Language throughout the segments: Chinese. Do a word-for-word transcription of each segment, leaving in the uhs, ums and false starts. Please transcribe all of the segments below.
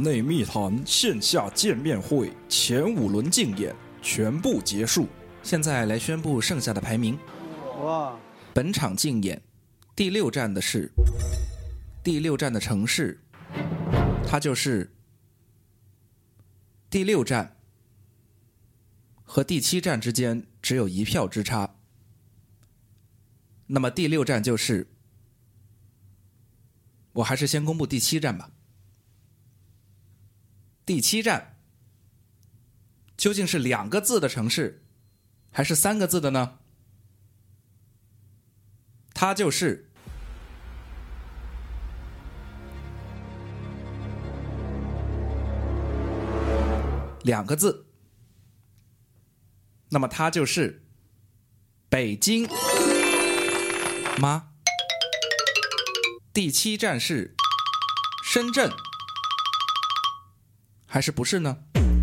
内密谈线下见面会前五轮竞演全部结束，现在来宣布剩下的排名。哇！本场竞演第六站的是第六站的城市，它就是第六站和第七站之间只有一票之差。那么第六站就是，我还是先公布第七站吧。第七站究竟是两个字的城市还是三个字的呢？它就是两个字。那么它就是北京吗？第七站是深圳还是不是呢？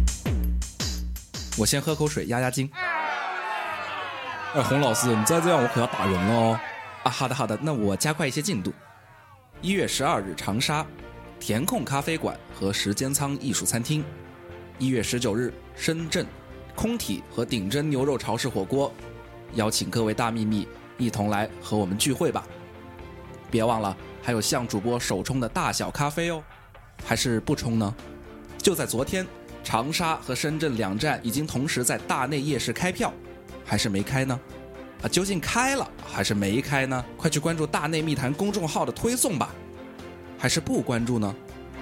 我先喝口水压压惊。哎，洪老师，你再这样我可要打人了哦。啊，好的好的，那我加快一些进度。一月十二日长沙填空咖啡馆和时间仓艺术餐厅。一月十九日深圳空体和顶针牛肉潮式火锅，邀请各位大秘密一同来和我们聚会吧。别忘了还有向主播首冲的大小咖啡哦。还是不冲呢？就在昨天，长沙和深圳两站已经同时在大内夜市开票，还是没开呢？啊，究竟开了还是没开呢？快去关注大内密谈公众号的推送吧。还是不关注呢？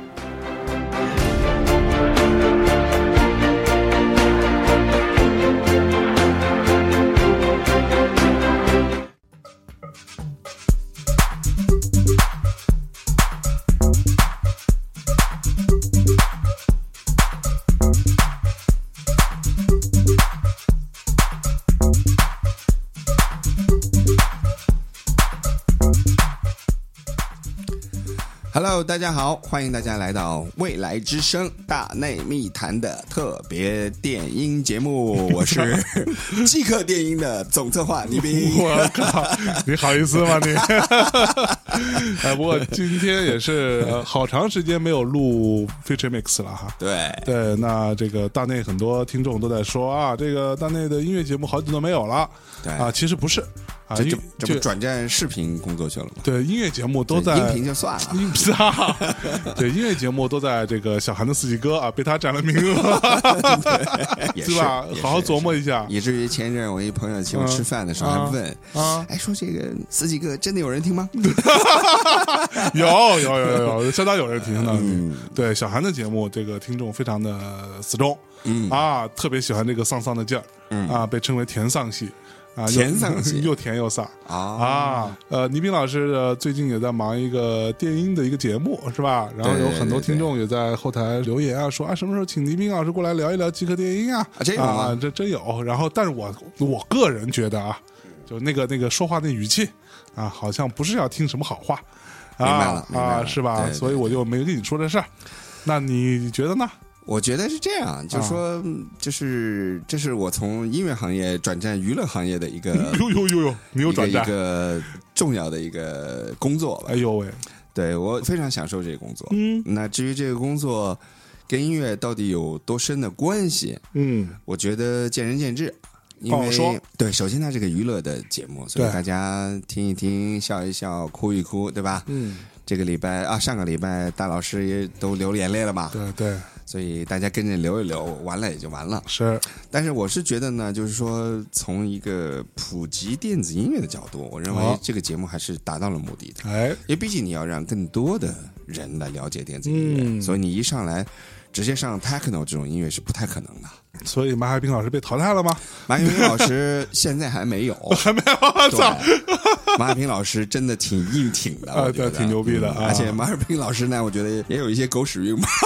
Hello， 大家好，欢迎大家来到未来之声大内密谈的特别电音节目，我是即刻电音的总策划倪斌。 我靠，你好意思吗你？哎，不过今天也是、呃、好长时间没有录 Feature Mix 了哈。 对对，那这个大内很多听众都在说啊，这个大内的音乐节目好久都没有了。 对啊，其实不是。啊， 这就这不转战视频工作去了吗？ 对，音乐节目都在音频就算了， 音频啊，对，音乐节目都在这个小韩的四季歌啊，被他占了名额，是吧？好好琢磨一下。 以至于前一阵我一朋友请我吃饭的时候还问啊， 哎，说这个四季歌真的有人听吗？ 有有有有有，相当有人听的。嗯，对，小韩的节目，这个听众非常的死忠，嗯啊，特别喜欢这个丧丧的劲儿，嗯啊，被称为甜丧系。啊， 甜丧系又甜又飒啊啊！呃，倪斌老师呃最近也在忙一个电音的一个节目，是吧？然后有很多听众也在后台留言啊，说啊，什么时候请倪斌老师过来聊一聊即刻电音啊？ 啊，这有吗？ 啊，这真有。然后，但是我我个人觉得啊，就那个那个说话那语气啊，好像不是要听什么好话啊， 明白了啊，是吧？ 对对对， 所以我就没跟你说这事儿。那你觉得呢？ 我觉得是这样，就是说，就是这是我从音乐行业转战娱乐行业的一个， 呦呦呦呦，你有转战一个重要的一个工作吧。 哎呦喂， 对我非常享受这个工作。 嗯， 那至于这个工作跟音乐到底有多深的关系， 嗯， 我觉得见仁见智。因为对，首先它是个娱乐的节目，所以大家听一听、笑一笑、哭一哭，对吧？ 嗯， 这个礼拜啊，上个礼拜大老师也都流眼泪了嘛。 对对。 所以大家跟着流一流，完了也就完了。 是， 但是我是觉得呢，就是说从一个普及电子音乐的角度，我认为这个节目还是达到了目的的。 哎， 因为毕竟你要让更多的人来了解电子音乐，嗯、所以你一上来直接上 techno 这种音乐是不太可能的。 所以马海平老师被淘汰了吗？ 马海平老师现在还没有， 还没有。操！ 马海平老师真的挺硬挺的， 啊，对，挺牛逼的、 嗯。而且马海平老师呢，我觉得也有一些狗屎运吧。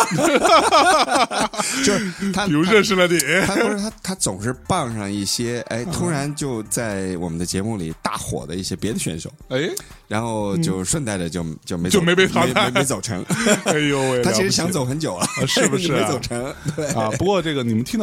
就是他， 比如认识了你， 他不是他，他总是傍上一些，哎，突然就在我们的节目里大火的一些别的选手， 哎， 然后就顺带着就就没就没被淘汰， 没没走成。 哎呦喂， 他其实想走很久了， 是不是、啊、 没走成？对啊。不过这个你们听到这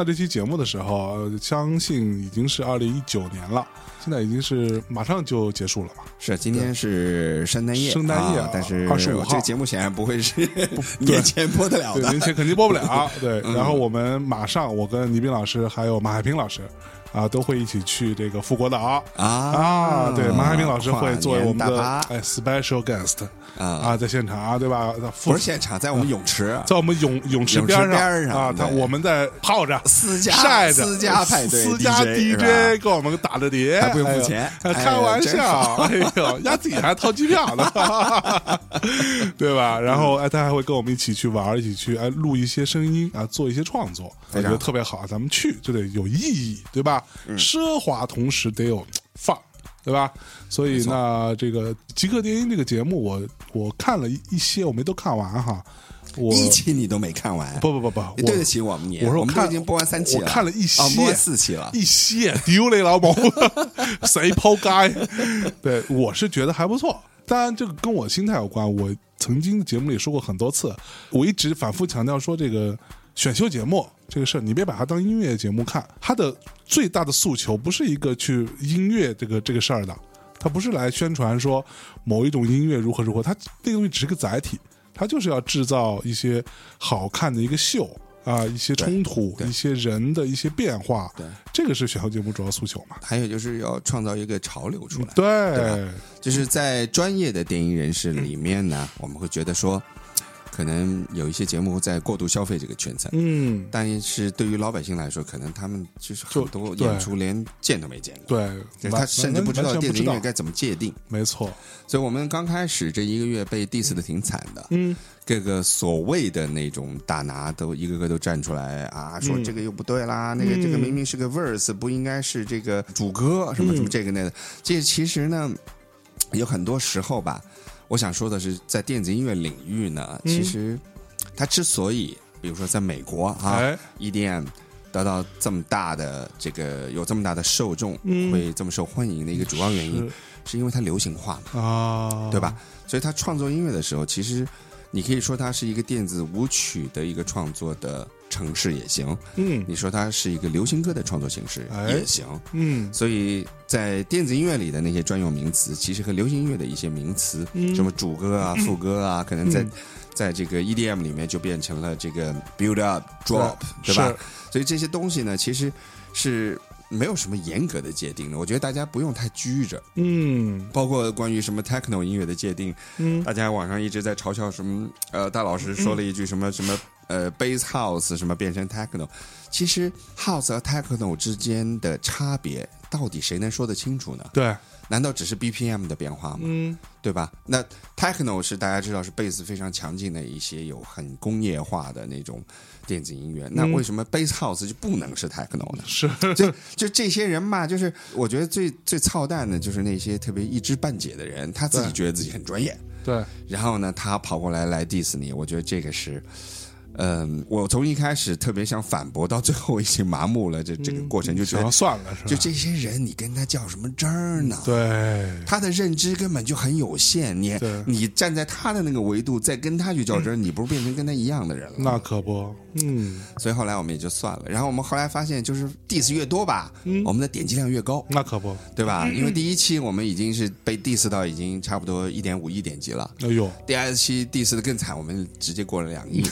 这期节目的时候，呃相信已经是二零一九年了，现在已经是马上就结束了嘛。 是，今天是圣诞夜， 圣诞夜、 啊，但是二十五号这个节目显然不会是年前播得了的， 对，年前肯定播不了。对，然后我们马上，我跟倪斌老师还有马海平老师。啊，都会一起去这个富国岛啊啊！对，马海平老师会作为我们的哎 special guest 啊啊，在现场啊，对吧？ 不是现场，在我们泳池， 在我们泳泳池边上边上啊，他我们在泡着私家晒着私家派对， 私家 D J 给我们打着碟， 还不用付钱， 开玩笑，哎呦，丫自己还掏机票呢，对吧？然后哎，他还会跟我们一起去玩，一起去哎录一些声音啊，做一些创作，我觉得特别好。咱们去就得有意义，对吧？奢华同时得有范儿，对吧？所以那这个极客电音这个节目我，我我看了一些，我没都看完哈。我一期你都没看完， 不不不不， 你对得起我们你。 我说我看已经播完三期了， 我看了一些， 哦、播完四期了， 一些丢你老母，谁抛街？对，我是觉得还不错。当然，这个跟我心态有关。我曾经节目里说过很多次，我一直反复强调说这个。选秀节目这个事儿，你别把它当音乐节目看。它的最大的诉求不是一个去音乐这个这个事儿的，它不是来宣传说某一种音乐如何如何，它那个东西只是个载体，它就是要制造一些好看的一个秀啊，一些冲突，一些人的一些变化。对，这个是选秀节目主要诉求嘛。 还有就是要创造一个潮流出来， 对， 对吧？就是在专业的电音人士里面呢，我们会觉得说。可能有一些节目在过度消费这个圈层，嗯，但是对于老百姓来说，可能他们就是很多演出连见都没见过， 对， 他甚至不知道电子音乐该怎么界定， 没错。 所以我们刚开始这一个月被 diss 的挺惨的，嗯，各个所谓的那种大拿都一个个都站出来啊，说这个又不对啦，嗯、那个这个明明是个 verse， 不应该是这个主歌，什么什么这个那个，这其实呢，有很多时候吧。我想说的是，在电子音乐领域呢，其实它之所以，比如说在美国啊、哎、，E D M 得到这么大的这个有这么大的受众，嗯、会这么受欢迎的一个主要原因，是, 是因为它流行化嘛，啊，对吧？所以他创作音乐的时候，其实你可以说它是一个电子舞曲的一个创作的程式也行，嗯，你说它是一个流行歌的创作形式也行，哎、嗯，所以在电子音乐里的那些专用名词，其实和流行音乐的一些名词，嗯、什么主歌啊、副歌啊，嗯、可能在、嗯、在这个 E D M 里面就变成了这个 build up、drop， 对吧？所以这些东西呢，其实是没有什么严格的界定的，我觉得大家不用太拘着，嗯，包括关于什么 techno 音乐的界定，嗯，大家网上一直在嘲笑什么，呃，大老师说了一句什么、嗯、什么。呃 ，bass house 什么变成 techno， 其实 house 和 techno 之间的差别，到底谁能说得清楚呢？对，难道只是 B P M 的变化吗？嗯，对吧？那 techno 是大家知道是 bass 非常强劲的一些有很工业化的那种电子音乐，嗯、那为什么 bass house 就不能是 techno 呢？是，就就这些人嘛，就是我觉得最最操蛋的就是那些特别一知半解的人，他自己觉得自己很专业，对，然后呢，他跑过来来 diss 你，我觉得这个是。嗯，我从一开始特别想反驳，到最后已经麻木了。这这个过程就觉得、 嗯、算了，是吧？ 就这些人，你跟他较什么真儿呢？ 对， 他的认知根本就很有限。你你站在他的那个维度，再跟他去较真儿、嗯，你不是变成跟他一样的人了？ 那可不。嗯， 所以后来我们也就算了。然后我们后来发现，就是 diss 越多吧，嗯、我们的点击量越高。 那可不， 对吧？嗯、因为第一期我们已经是被 diss 到已经差不多一点五亿点击了。 哎呦， 第二期 diss 的更惨，我们直接过了两亿嘛。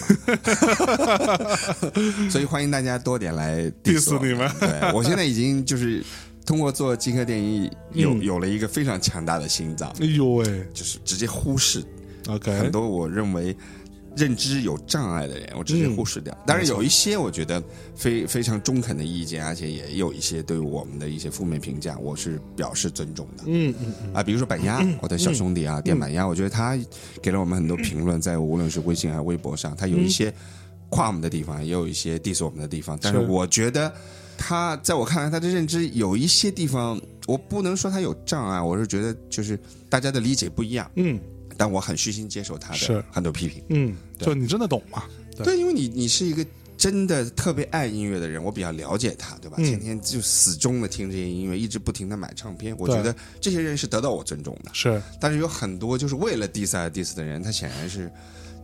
所以欢迎大家多点来 diss 你们。 对，我现在已经就是通过做极客电影有、嗯、有了一个非常强大的心脏。 哎呦喂， 就是直接忽视 OK 很多我认为认知有障碍的人，我直接忽视掉。嗯、当然有一些我觉得非非常中肯的意见，而且也有一些对我们的一些负面评价，我是表示尊重的。嗯嗯嗯啊，比如说板鸭，嗯、我的小兄弟啊，电板鸭，我觉得他给了我们很多评论，在无论是微信还是微博上，他有一些夸我们的地方，也有一些 diss 我们的地方，但是我觉得他在我看来，他的认知有一些地方，我不能说他有障碍，我是觉得就是大家的理解不一样。嗯。但我很虚心接受他的很多批评， 嗯，就你真的懂嘛？ 对，对，因为你你是一个真的特别爱音乐的人，我比较了解他，对吧？嗯、天天就死忠的听这些音乐，一直不停的买唱片，我觉得这些人是得到我尊重的。是，但是有很多就是为了 diss 而 diss 的人，他显然是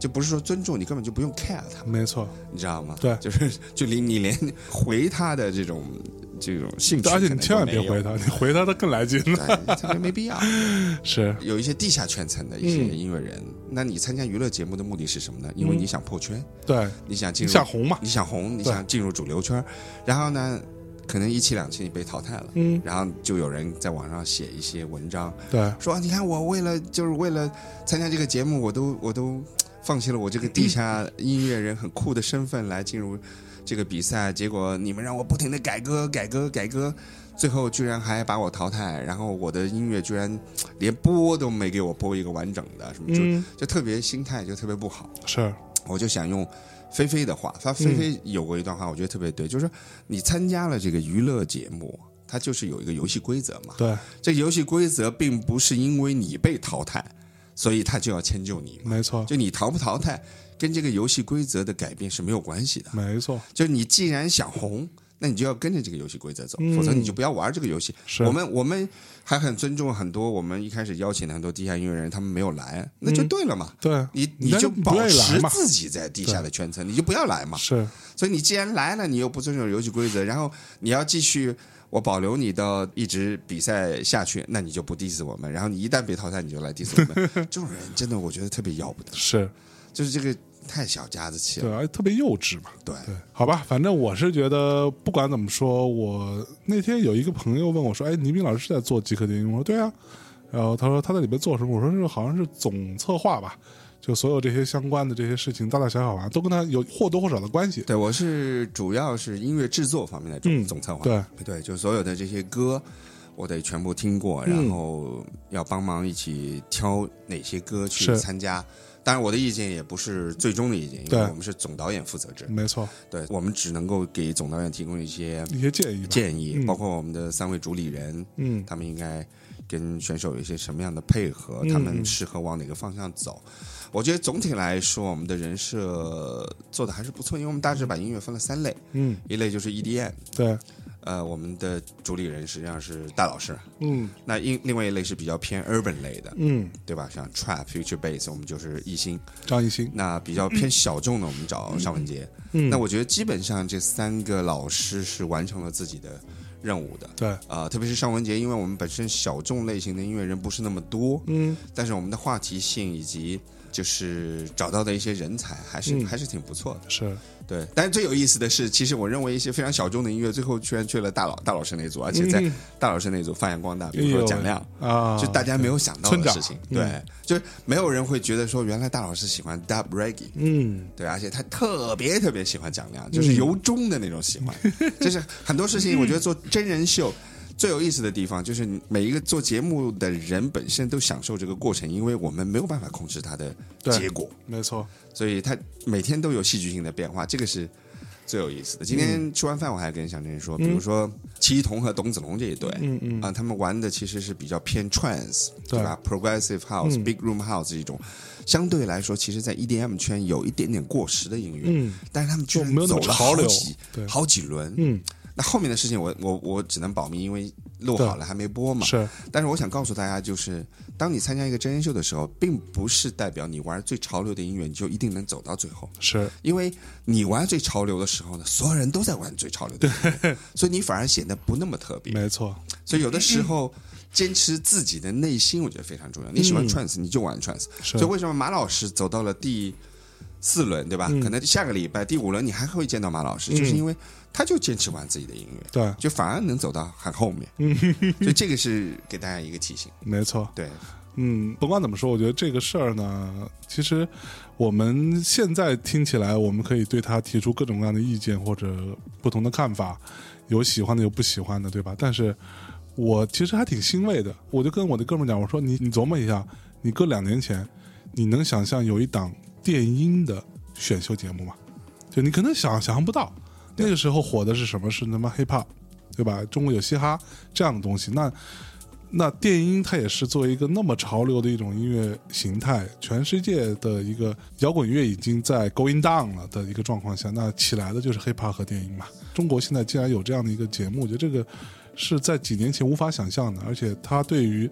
就不是说尊重，你根本就不用 care 他， 没错， 你知道吗？ 对， 就是就连你连回他的这种这种兴趣， 而且你千万别回他，你回他他更来劲了， 对，特别没必要。 是有一些地下圈层的一些音乐人，嗯、那你参加娱乐节目的目的是什么呢？因为你想破圈， 嗯、对， 你想进入， 你想红嘛？ 你想红，你想进入主流圈，然后呢？可能一期两期你被淘汰了，嗯，然后就有人在网上写一些文章， 对， 说你看我为了就是为了参加这个节目，我都我都放弃了我这个地下音乐人很酷的身份来进入这个比赛，结果你们让我不停的改歌改歌改歌，最后居然还把我淘汰，然后我的音乐居然连播都没给我播一个完整的，什么就、嗯、就特别心态就特别不好， 是， 我就想用。菲菲的话，他菲菲有过一段话，我觉得特别对，就是说你参加了这个娱乐节目，它就是有一个游戏规则嘛。 对， 这个游戏规则并不是因为你被淘汰，所以他就要迁就你嘛。 没错， 就你淘不淘汰，跟这个游戏规则的改变是没有关系的。 没错， 就是你既然想红，那你就要跟着这个游戏规则走， 嗯、 否则你就不要玩这个游戏。我们我们还很尊重很多我们一开始邀请的很多地下音乐人，他们没有来，那就对了嘛。 嗯、对， 你你就保持自己在地下的圈层，你就不要来嘛。 是， 所以你既然来了，你又不遵守游戏规则，然后你要继续我保留你到一直比赛下去，那你就不 diss 我们，然后你一旦被淘汰，你就来 diss 我们。这种人真的我觉得特别要不得。 是， 就是这个。太小家子气了， 对，而且特别幼稚嘛。 对对，好吧，反正我是觉得，不管怎么说，我那天有一个朋友问我说：“哎，倪斌老师是在做极客电影？”我说：“对啊。”然后他说他在里边做什么？我说是好像是总策划吧，就所有这些相关的这些事情，大大小小啊，都跟他有或多或少的关系。 对，我是主要是音乐制作方面的总、嗯、总策划。 对对，就所有的这些歌。我得全部听过，然后要帮忙一起挑哪些歌去参加。当然，我的意见也不是最终的意见，因为我们是总导演负责制。 没错， 对，我们只能够给总导演提供一些一些建议， 建议， 嗯、 包括我们的三位主理人， 嗯， 他们应该跟选手有一些什么样的配合， 嗯、 他们适合往哪个方向走。我觉得总体来说，我们的人设做的还是不错，因为我们大致把音乐分了三类， 嗯， 一类就是 E D M， 对。 呃，我们的主理人实际上是大老师， 嗯， 那另另外一类是比较偏 urban 类的， 嗯， 对吧？像 trap、future bass， 我们就是艺兴， 张艺兴。 那比较偏小众的，我们找尚雯婕。 嗯， 那我觉得基本上这三个老师是完成了自己的任务的。 对， 啊、呃，特别是尚雯婕，因为我们本身小众类型的音乐人不是那么多， 嗯， 但是我们的话题性以及就是找到的一些人才，还是、嗯、还是挺不错的。 是。 对，但是最有意思的是，其实我认为一些非常小众的音乐，最后居然去了大老大老师那组，而且在大老师那组发扬光大。比如说蒋亮啊， 就大家没有想到的事情。对， 嗯、 就是没有人会觉得说，原来大老师喜欢 dub reggae。 嗯， 对，而且他特别特别喜欢蒋亮，就是由衷的那种喜欢。嗯、就是很多事情，我觉得做真人秀。最有意思的地方就是每一个做节目的人本身都享受这个过程，因为我们没有办法控制它的结果， 没错， 所以他每天都有戏剧性的变化，这个是最有意思的。今天吃完饭我还跟小珍说，嗯、比如说祁一彤和董子龙这一对， 嗯嗯啊，他们玩的其实是比较偏 trance， 对吧 ？progressive house、嗯、big room house 这种，相对来说，其实在 E D M 圈有一点点过时的音乐， 嗯， 但是他们居然走了好几好几轮， 嗯。 那后面的事情我我我只能保密，因为录好了还没播嘛。 是， 但是我想告诉大家，就是当你参加一个真人秀的时候，并不是代表你玩最潮流的音乐，你就一定能走到最后。 是， 因为你玩最潮流的时候呢，所有人都在玩最潮流的音乐，所以你反而显得不那么特别。 没错。 所以有的时候坚持自己的内心，我觉得非常重要。你喜欢 trance，、嗯、你就玩 trance。所以为什么马老师走到了第四轮，对吧？ 嗯、 可能下个礼拜第五轮你还会见到马老师，嗯、就是因为他就坚持玩自己的音乐， 对， 就反而能走到很后面。嗯，所以这个是给大家一个提醒。 没错， 对， 嗯，不管怎么说，我觉得这个事儿呢，其实我们现在听起来，我们可以对他提出各种各样的意见或者不同的看法，有喜欢的，有不喜欢的，对吧？但是我其实还挺欣慰的，我就跟我的哥们讲，我说你你琢磨一下，你搁两年前，你能想象有一档电音的选秀节目吗？就你可能想想象不到。那个时候火的是什么？是他妈 hip hop， 对吧？中国有嘻哈这样的东西。那那电音它也是作为一个那么潮流的一种音乐形态，全世界的一个摇滚乐已经在 going down 了的一个状况下，那起来的就是 hip hop 和电音嘛。中国现在竟然有这样的一个节目，我觉得这个是在几年前无法想象的，而且它对于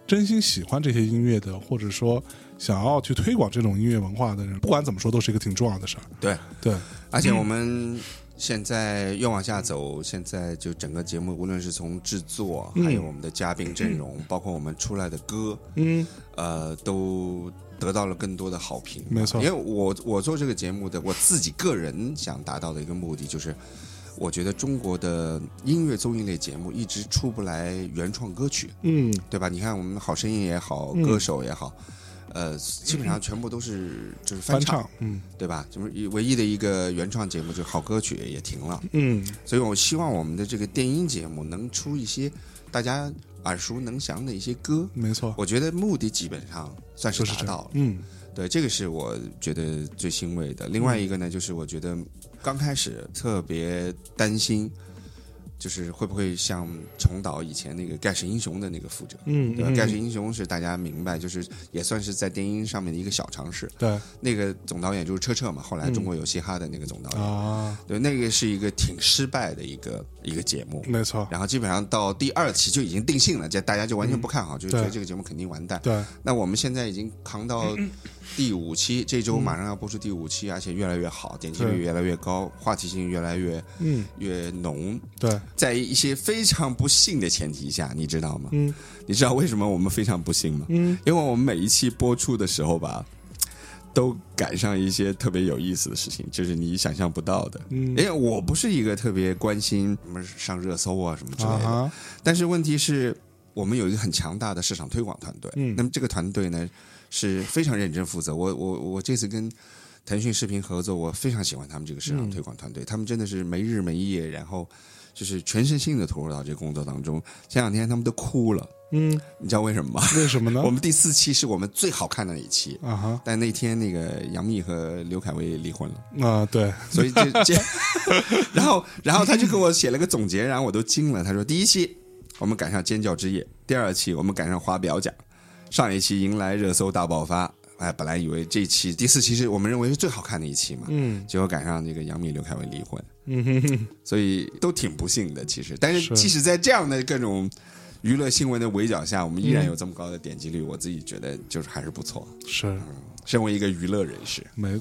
真心喜欢这些音乐的，或者说想要去推广这种音乐文化的人，不管怎么说都是一个挺重要的事儿。 对对， 而且我们现在越往下走，现在就整个节目无论是从制作，还有我们的嘉宾阵容，包括我们出来的歌，嗯，呃，都得到了更多的好评。 没错， 因为我我做这个节目的我自己个人想达到的一个目的就是。我觉得中国的音乐综艺类节目一直出不来原创歌曲，嗯，对吧？你看我们好声音也好，歌手也好，嗯、呃，基本上全部都是就是翻唱，翻唱嗯，对吧？就是唯一的一个原创节目，就好歌曲也停了，嗯，所以我希望我们的这个电音节目能出一些大家耳熟能详的一些歌， 没错， 我觉得目的基本上算是达到了，嗯。对，这个是我觉得最欣慰的。另外一个呢，就是我觉得刚开始特别担心，就是会不会像重蹈以前那个盖世英雄的那个覆辙，嗯，对吧？嗯、盖世英雄是大家明白，就是也算是在电音上面的一个小尝试。 对， 那个总导演就是车澈嘛，后来中国有嘻哈的那个总导演啊、嗯，对，那个是一个挺失败的一个一个节目， 没错。 然后基本上到第二期就已经定性了，这大家就完全不看好，嗯、就觉得这个节目肯定完蛋。 对， 那我们现在已经扛到第五期，这周马上要播出第五期，而且越来越好，点击率越来越高，话题性越来越嗯越浓。 对， 在一些非常不幸的前提下，你知道吗？嗯，你知道为什么我们非常不幸吗？嗯，因为我们每一期播出的时候吧，都赶上一些特别有意思的事情，就是你想象不到的。嗯，因为我不是一个特别关心什么上热搜啊什么之类的，啊、但是问题是我们有一个很强大的市场推广团队。嗯，那么这个团队呢是非常认真负责。我我我这次跟腾讯视频合作，我非常喜欢他们这个市场推广团队，嗯、他们真的是没日没夜，然后就是全身心的投入到这个工作当中。前两天他们都哭了。嗯，你知道为什么吗？ 为什么呢？ 我们第四期是我们最好看的一期啊哈，但那天那个杨幂和刘恺威离婚了啊，对， 所以这这，然后然后他就给我写了个总结，然后我都惊了。他说，第一期我们赶上尖叫之夜，第二期我们赶上华表奖，上一期迎来热搜大爆发。哎，本来以为这一期第四期是我们认为是最好看的一期嘛，嗯，结果赶上这个杨幂刘恺威离婚，嗯哼哼，所以都挺不幸的其实。但是即使在这样的各种娱乐新闻的围剿下，我们依然有这么高的点击率，嗯、我自己觉得就是还是不错。 是， 嗯、身为一个娱乐人士， 没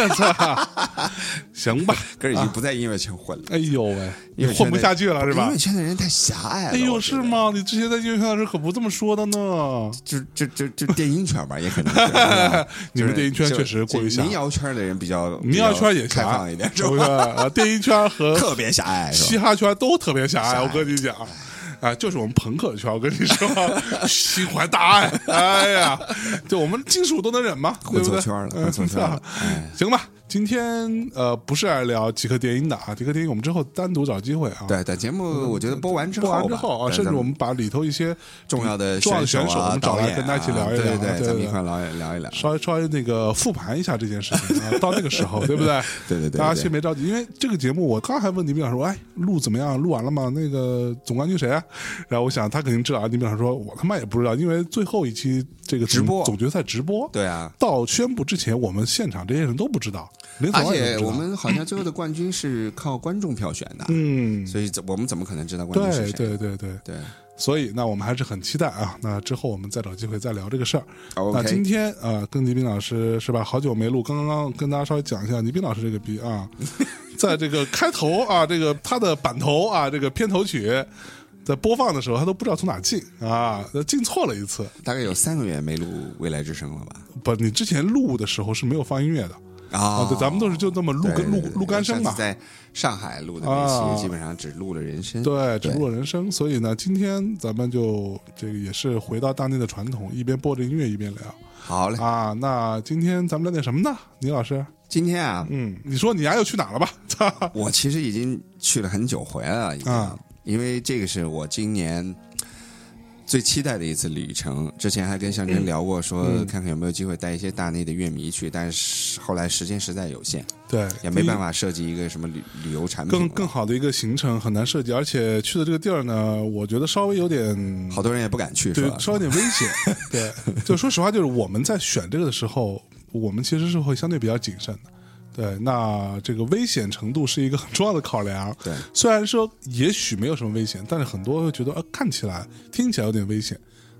行吧， 可是已经不在音乐圈混了。 哎呦喂，你混不下去了是吧？ 音乐圈的人太狭隘了。 哎呦，是吗？你之前在音乐圈的时候可不这么说的呢。 就就就就电音圈吧，也可能是。 你们电音圈确实过于狭隘。 民谣圈的人比较民谣圈也开放一点，是吧？电音圈和特别狭隘， 嘻哈圈都特别狭隘。我跟你讲。啊，就是我们朋克圈，我跟你说，心怀大爱。哎呀，就我们金属都能忍吗？ 混错圈了，混错圈了。 哎、行吧，今天呃不是来聊极客电音的啊，极客电音我们之后单独找机会啊。 对对，节目我觉得播完之后， 播完之后啊，甚至我们把里头一些重要的重要的选手，我们找来跟大家一起聊一聊， 对对对，咱们一块聊聊一聊， 稍微稍微那个复盘一下这件事情啊。到那个时候，对不对？ 对对对， 大家先别着急，因为这个节目我刚还问倪斌老师说，哎，录怎么样？录完了吗？那个总冠军谁啊？然后我想他肯定知道，倪斌老师说，我他妈也不知道，因为最后一期这个直播总决赛直播， 对啊， 到宣布之前，我们现场这些人都不知道， 而且我们好像最后的冠军是靠观众票选的，嗯，所以我们怎么可能知道冠军是谁？ 对对对对对。 所以，那我们还是很期待啊。那之后我们再找机会再聊这个事儿。 Okay. 那今天啊、呃，跟倪斌老师是吧？好久没录，刚刚跟大家稍微讲一下倪斌老师这个逼啊，在这个开头啊，这个他的版头啊，这个片头曲在播放的时候，他都不知道从哪进啊，进错了一次。 大概有三个月没录《未来之声》了吧？ 不，你之前录的时候是没有放音乐的。 啊、 哦，对，咱们都是就那么录个录录干声嘛。 在上海录的那期、啊，基本上只录了人声， 对，只录了人声。所以呢，今天咱们就这个也是回到大内的传统，一边播着音乐一边聊。 好嘞啊，那今天咱们聊点什么呢？倪老师， 今天啊， 嗯，你说你丫又去哪了吧？ 我其实已经去了很久，回来了，已经、啊，因为这个是我今年最期待的一次旅程。之前还跟向真聊过，说看看有没有机会带一些大内的乐迷去，但是后来时间实在有限， 对， 也没办法设计一个什么旅旅游产品， 更更好的一个行程很难设计，而且去的这个地儿呢，我觉得稍微有点， 好多人也不敢去， 对，稍微有点危险。对，就说实话，就是我们在选这个的时候，我们其实是会相对比较谨慎的。对，那这个危险程度是一个很重要的考量。 对， 虽然说也许没有什么危险，但是很多会觉得，呃，看起来、听起来有点危险。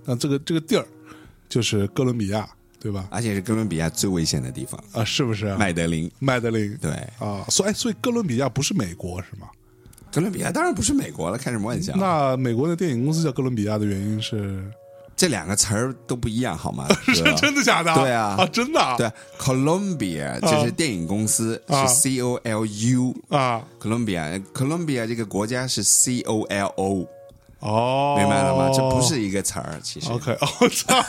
那这个这个地儿就是哥伦比亚，对吧？ 而且是哥伦比亚最危险的地方啊，是不是？ 麦德林， 麦德林， 对啊，所以所以哥伦比亚不是美国是吗？ 哥伦比亚当然不是美国了，开什么玩笑？ 那美国的电影公司叫哥伦比亚的原因是？ 这两个词儿都不一样，好吗？ 是真的假的？ 对啊， 啊，真的、啊。 对 ，Columbia 这是电影公司， 啊、 是 C O L U 啊 ，Columbia，Columbia 这个国家是 C O L O。 哦， 明白了吗？这不是一个词儿，其实。 OK， 哦，操！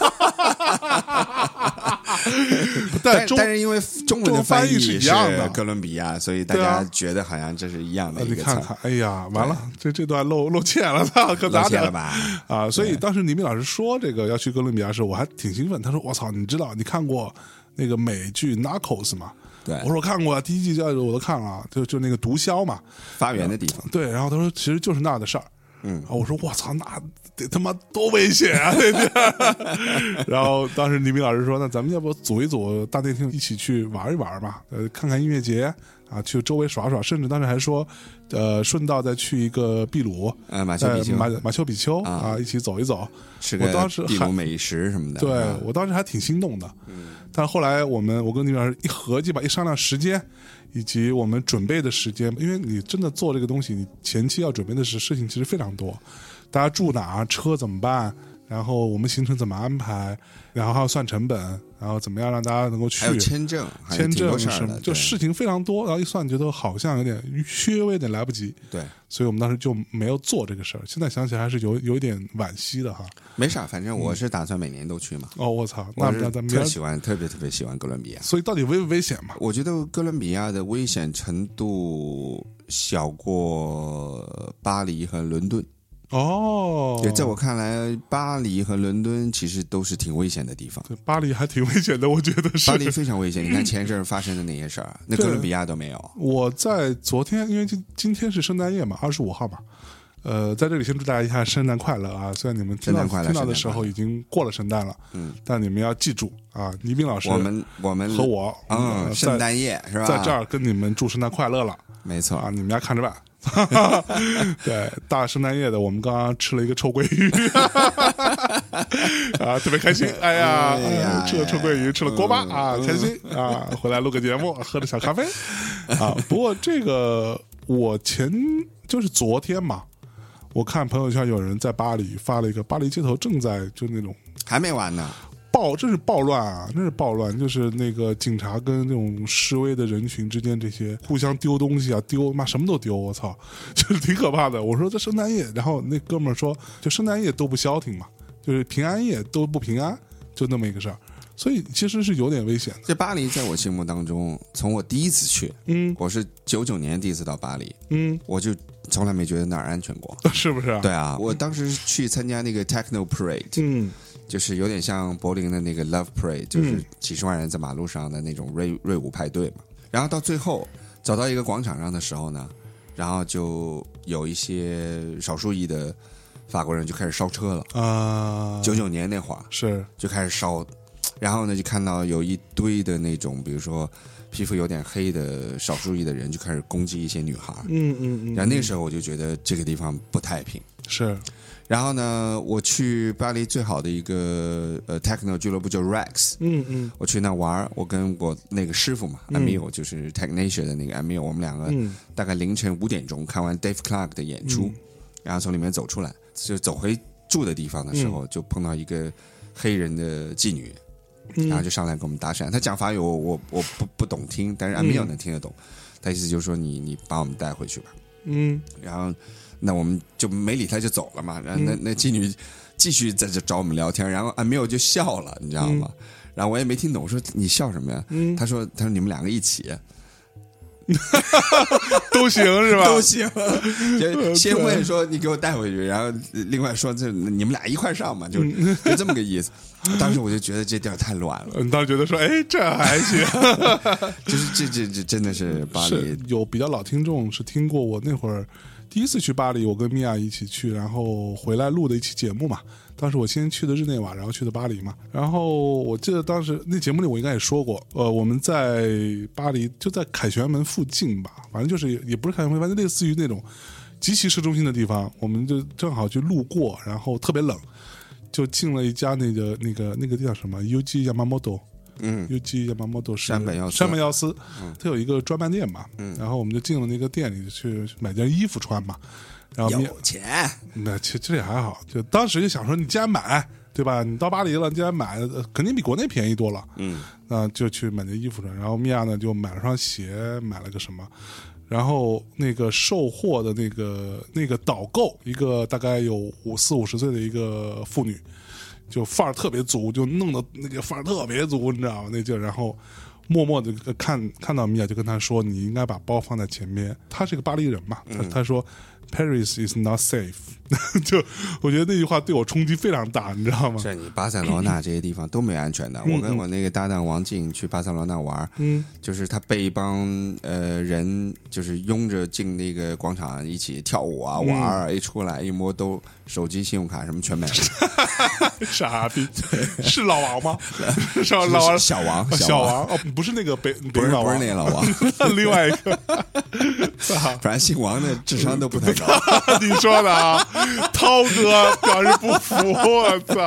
但但是因为中文的翻译是一样的， 哥伦比亚，所以大家觉得好像这是一样的一个词、 啊。你看看，哎呀，完了，这这段漏漏怯了，操，可咋整了吧？ 啊！所以当时倪斌老师说这个要去哥伦比亚时，我还挺兴奋。他说：“我操，你知道你看过那个美剧《Narcos》吗？” 对， 我说我看过，第一季叫我都看了，就就那个毒枭嘛， 发源的地方。 对，然后他说其实就是那的事儿。 嗯， 我说我操，那得他妈多危险啊！那地然后当时倪斌老师说，那咱们要不组一组大内听一起去玩一玩嘛？呃，看看音乐节啊，去周围耍耍，甚至当时还说，呃，顺道再去一个秘鲁， 呃，马丘比丘， 马马丘比丘啊， 啊，一起走一走， 吃个秘鲁美食什么的。 对、啊、我当时还挺心动的，嗯，但是后来我们我跟倪斌老师一合计吧，一商量时间。以及我们准备的时间，因为你真的做这个东西，你前期要准备的事情其实非常多。大家住哪，车怎么办，然后我们行程怎么安排，然后还要算成本，然后怎么样让大家能够去， 还有签证， 签证什么，就事情非常多。然后一算，觉得好像有点稍微有点来不及。 对， 所以我们当时就没有做这个事儿。现在想起来还是有有一点惋惜的哈。 没啥，反正我是打算每年都去嘛。 嗯、哦，我操， 那那咱们特喜欢，特别特别喜欢哥伦比亚。 所以到底危不危险嘛？ 我觉得哥伦比亚的危险程度小过巴黎和伦敦。 哦， 对，在我看来，巴黎和伦敦其实都是挺危险的地方。 对，巴黎还挺危险的，我觉得是。 巴黎非常危险，你看前一阵发生的那些事儿，那哥伦比亚都没有。 我在昨天，因为今今天是圣诞夜嘛，二十五号嘛，呃，在这里先祝大家一下圣诞快乐啊！虽然你们听到听到的时候已经过了圣诞了，嗯，但你们要记住啊，倪斌老师， 我们我们和我， 嗯，呃、圣诞夜是吧， 在这儿跟你们祝圣诞快乐了， 没错啊，你们家看着办。对，大圣诞夜的，我们刚刚吃了一个臭鳜鱼，啊，特别开心。哎呀，哎呀吃了臭鳜鱼，吃了锅巴、嗯、啊，开心啊！回来录个节目，喝着小咖啡啊。不过这个我前就是昨天嘛，我看朋友圈有人在巴黎发了一个巴黎街头正在就那种还没完呢。 暴，真是暴乱啊！真是暴乱，就是那个警察跟那种示威的人群之间，这些互相丢东西啊，丢妈什么都丢，我操，就是挺可怕的。我说这圣诞夜，然后那哥们儿说，就圣诞夜都不消停嘛，就是平安夜都不平安，就那么一个事儿。所以其实是有点危险的。 这巴黎在我心目当中，从我第一次去，嗯，我是九九年第一次到巴黎，嗯，我就从来没觉得那儿安全过， 是不是啊？ 对啊，我当时去参加那个 Techno Parade，嗯。就是有点像柏林的那个 Love Parade，就是几十万人在马路上的那种瑞瑞舞派对嘛。然后到最后走到一个广场上的时候呢，然后就有一些少数裔的法国人就开始烧车了啊。九九年那会儿是就开始烧，然后呢就看到有一堆的那种，比如说皮肤有点黑的少数裔的人就开始攻击一些女孩。嗯嗯嗯。然后那个时候我就觉得这个地方不太平。 是。 然后呢，我去巴黎最好的一个呃 techno 俱乐部叫 Rex， 嗯嗯，我去那玩，我跟我那个师傅嘛 Emil、嗯、就是 Technasia 的那个 Emil， 我们两个大概凌晨五点钟看完 Dave Clark 的演出，嗯、然后从里面走出来，就走回住的地方的时候，嗯、就碰到一个黑人的妓女，嗯、然后就上来跟我们搭讪，他讲法语我我我不不懂听，但是 Emil 能听得懂，嗯、他意思就是说你你把我们带回去吧，嗯，然后。那我们就没理他就走了嘛，然后那那妓女继续在这找我们聊天，然后阿缪就笑了，你知道吗？嗯、然后我也没听懂，我说你笑什么呀？嗯、他说他说你们两个一起， 都行是吧？ 都行。就先问说你给我带回去，然后另外说这你们俩一块上嘛，就就这么个意思。当时我就觉得这地儿太乱了， 你当时觉得说，哎，这还行， 就是这这这真的是巴黎。 有比较老听众是听过我那会儿。第一次去巴黎，我跟米娅一起去，然后回来录的一期节目嘛。当时我先去的日内瓦，然后去的巴黎嘛。然后我记得当时那节目里我应该也说过，呃，我们在巴黎就在凯旋门附近吧，反正就是也不是凯旋门，反正类似于那种极其市中心的地方，我们就正好去路过，然后特别冷， 就进了一家那个那个那个叫什么 U G Yamamoto。 嗯 ，U G Yamamoto 是山本耀司山本耀司， 嗯他有一个专卖店嘛， 嗯， 然后我们就进了那个店里去买件衣服穿嘛，然后有钱， 那其实这也还好，就当时就想说，你既然买，对吧？你到巴黎了，既然买，呃肯定比国内便宜多了， 嗯， 那就去买件衣服穿。然后米娅呢就买了双鞋，买了个什么，然后那个售货的那个那个导购，一个大概有五四五十岁的一个妇女。就范儿特别足，就弄得那个范儿特别足，你知道吗？那劲儿，然后默默的看看到米娅，就跟他说：“你应该把包放在前面。”他是个巴黎人嘛，他、嗯、他说 ：“Paris is not safe。”就我觉得那句话对我冲击非常大，你知道吗？ 是你巴塞罗那这些地方都没安全的。嗯、我跟我那个搭档王静去巴塞罗那玩，嗯，就是他被一帮呃人就是拥着进那个广场一起跳舞啊玩啊，嗯、一出来一摸都手机、信用卡什么全没了。 傻逼，是老王吗？是老王， 小王， 小王哦，不是那个北不是不是那个老王， 另外一个， 反正姓王的智商都不太高。 你说的啊，涛哥表示不服，我操！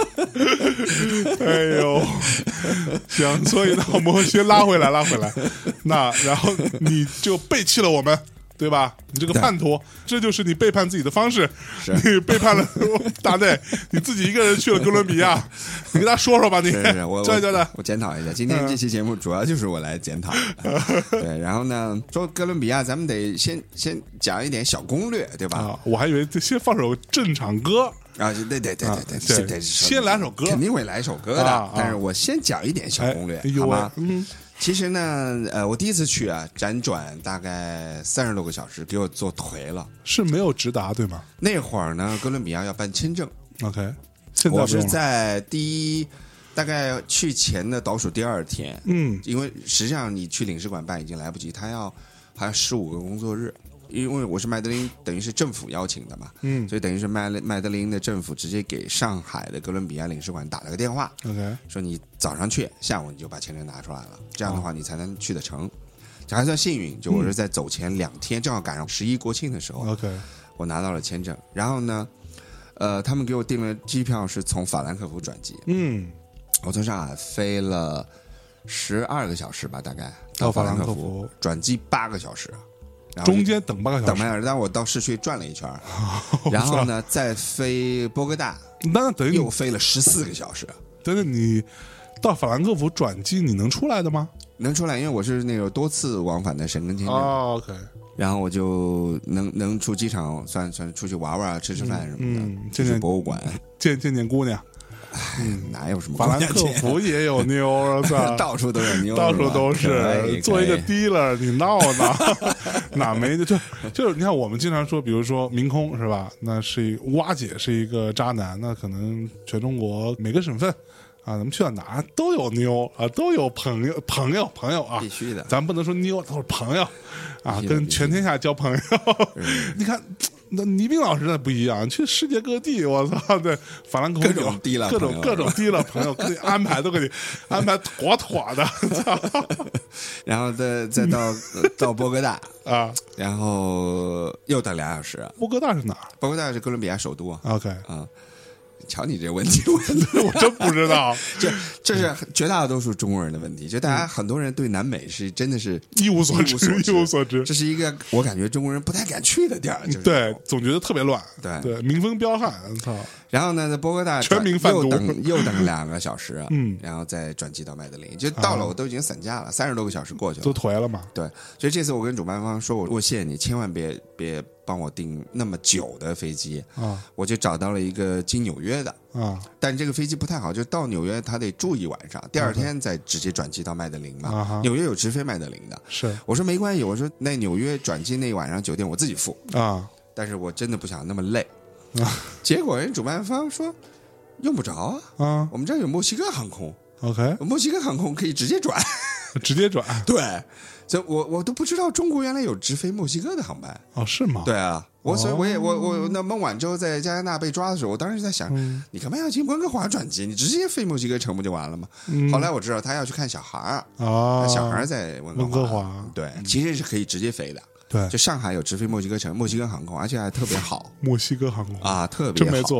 哎呦，行，所以呢，我们先拉回来，拉回来。那然后你就背弃了我们。对吧？你这个叛徒，这就是你背叛自己的方式。你背叛了大内，你自己一个人去了哥伦比亚，你跟他说说吧，你。 是是我交代交代， 我检讨一下。今天这期节目主要就是我来检讨。对，然后呢，说哥伦比亚，咱们得先先讲一点小攻略，对吧？ 啊，我还以为先放首正场歌。 啊，对对对对对， 对对，先来首歌， 肯定会来首歌的。但是我先讲一点小攻略，好吗？嗯。其实呢，呃，我第一次去啊，辗转大概三十多个小时，给我做颓了。 是没有直达对吗？ 那会儿呢，哥伦比亚要办签证。 OK， 现在我是在第一，大概去前的倒数第二天。嗯，因为实际上你去领事馆办已经来不及，他要还要十五个工作日。因为我是麦德林，等于是政府邀请的嘛，嗯，所以等于是麦麦德林的政府直接给上海的哥伦比亚领事馆打了个电话 ，OK， 说你早上去，下午你就把签证拿出来了，这样的话你才能去得成。这还算幸运，就我是在走前两天，嗯、正好赶上十一国庆的时候 ，OK， 我拿到了签证。然后呢，呃，他们给我订了机票，是从法兰克福转机，嗯，我从上海飞了十二个小时吧，大概到法兰克福，转机八个小时。 中间等半个小时， 等半个小时，但我到市区转了一圈，然后呢，再飞波哥大， 那等于又飞了十四个小时。 等等，你到法兰克福转机，你能出来的吗？ 能出来，因为我是那个多次往返的申根签证。 哦 ，OK。 然后我就能能出机场，算算出去玩玩、吃吃饭什么的， 嗯， 去博物馆， 见见见姑娘。 嗯，哪有什么法兰克福也有妞儿， 到处都有妞， 到处都是。做一个 dealer， 你闹呢？哪没就就是你看，我们经常说，比如说明空是吧？那是蛙姐是一个渣男，那可能全中国每个省份啊，咱们去到哪都有妞啊，都有朋友朋友朋友啊， 必须的。 咱不能说妞，都是朋友啊，跟全天下交朋友。你看。那倪斌老师那不一样，去世界各地，我操，对，法兰克福各种低了， 各种各种低了朋友，给你安排都给你安排妥妥的， 然后再再到到波哥大啊， 然后又等俩小时。 波哥大是哪儿？ 波哥大是哥伦比亚首都啊。 OK 啊。瞧你这个问题问的，我真不知道。 这这是绝大多数中国人的问题，就大家很多人对南美是真的是一无所知，一无所知。 这是一个我感觉中国人不太敢去的地儿，就是、 对，总觉得特别乱， 对对，民风彪悍，操。 然后呢，在波哥大全民贩毒， 又等又等两个小时，嗯，然后再转机到麦德林，就到了，我都已经散架了，三十多个小时过去了， 都颓了嘛。 对，所以这次我跟主办方说，我我谢谢你，千万别别帮我订那么久的飞机啊，我就找到了一个经纽约的啊，但这个飞机不太好，就到纽约他得住一晚上，第二天再直接转机到麦德林嘛。啊、纽约有直飞麦德林的， 是我说没关系，我说那纽约转机那一晚上酒店我自己付啊， 但是我真的不想那么累啊。结果人主办方说。用不着啊！啊，我们这儿有墨西哥航空 ，OK， 墨西哥航空可以直接转， 直接转。 对，所以我我都不知道中国原来有直飞墨西哥的航班。 哦，是吗？ 对啊，我所以我也我我那孟晚舟在加拿大被抓的时候，我当时在想，嗯、你干嘛要进温哥华转机？你直接飞墨西哥城不就完了吗？嗯、后来我知道他要去看小孩儿， 哦， 小孩在温哥华， 温哥华对，其实是可以直接飞的。 对， 就上海有直飞墨西哥城，墨西哥航空，而且还特别好。 墨西哥航空啊，特别好， 真没坐过。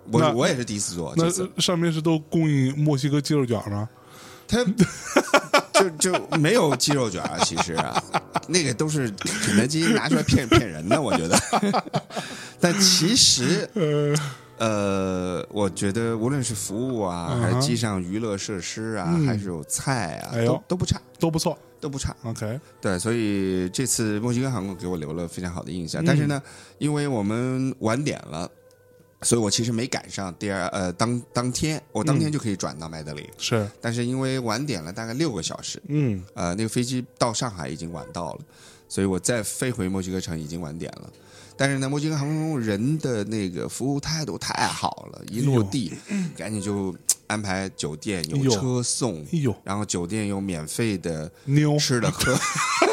我我也是第一次做。 那这上面是都供应墨西哥鸡肉卷吗？ 它就就没有鸡肉卷，其实啊，那个都是肯德基拿出来骗骗人的，我觉得。但其实。呃，我觉得无论是服务啊，还是机上娱乐设施啊， 嗯、 还是有菜啊， 哎、 都都不差， 都不错， 都不差。 OK， 对，所以这次墨西哥航空给我留了非常好的印象。嗯、但是呢，因为我们晚点了，所以我其实没赶上第二呃当当天，我当天就可以转到麦德林。 嗯、是， 但是因为晚点了大概六个小时， 嗯， 呃，那个飞机到上海已经晚到了，所以我再飞回墨西哥城已经晚点了。但是呢，墨西哥航空人的那个服务态度太好了，一落地，赶紧就安排酒店有车送，然后酒店有免费的妞吃的喝，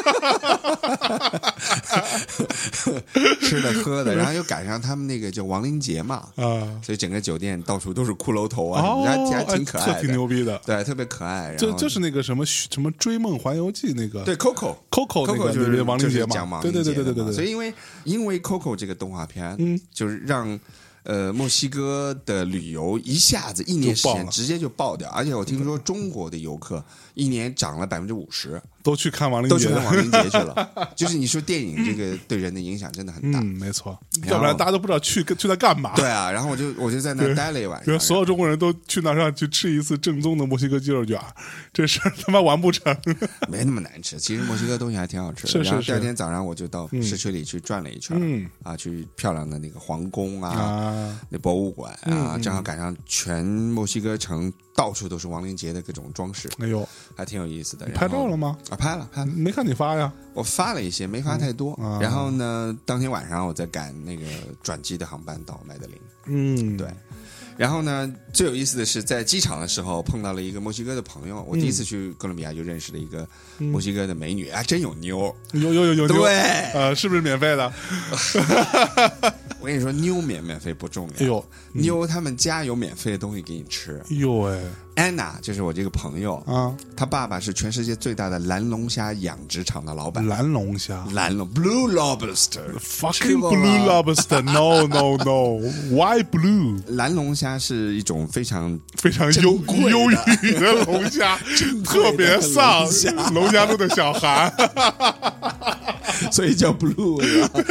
吃的喝的，然后又赶上他们那个叫亡灵节嘛，啊，所以整个酒店到处都是骷髅头啊， 哦、 还还挺可爱的， 挺牛逼的， 对，特别可爱。 这这是那个什么什么追梦环游记那个， 对 ，Coco Coco Coco 就是亡灵节嘛， 对对对对对对对， 所以因为因为 Coco 这个动画片，嗯，就是让。呃，墨西哥的旅游一下子一年时间直接就爆掉，而且我听说中国的游客一年涨了百分之五十， 都去看亡灵节， 都去看亡灵节去了。就是你说电影这个对人的影响真的很大， 嗯，没错，要不然大家都不知道去去那干嘛。 对啊，然后我就我就在那待了一晚上， 所有中国人都去那上去吃一次正宗的墨西哥鸡肉卷，这事儿他妈完不成。 没那么难吃，其实墨西哥东西还挺好吃的。 是是是。 然后第二天早上我就到市区里去转了一圈，嗯啊，去漂亮的那个皇宫啊。啊那博物馆啊， 嗯、 正好赶上全墨西哥城到处都是亡灵节的各种装饰， 哎呦， 还挺有意思的。 拍照了吗？ 啊，拍了，拍了。 没看你发呀？ 我发了一些，没发太多。 嗯啊、 然后呢，当天晚上我在赶那个转机的航班到麦德林。 嗯， 对。然后呢，最有意思的是，在机场的时候碰到了一个墨西哥的朋友。我第一次去哥伦比亚就认识了一个墨西哥的美女，还、嗯啊、真有妞， 有有有有对， 呃，是不是免费的？ 我跟你说，妞免免费不重要， 哎呦， 嗯、妞他们家有免费的东西给你吃。 哎呦喂！ 安娜就是我这个朋友啊，他爸爸是全世界最大的蓝龙虾养殖场的老板。 蓝龙虾， 蓝龙 Blue Lobster，fucking Blue Lobster，no no no，why blue？ 蓝龙虾是一种非常非常优优异的龙虾，特别丧，龙虾路的小孩， 所以叫 Blue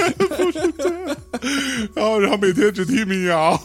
然后然后每天只听民谣。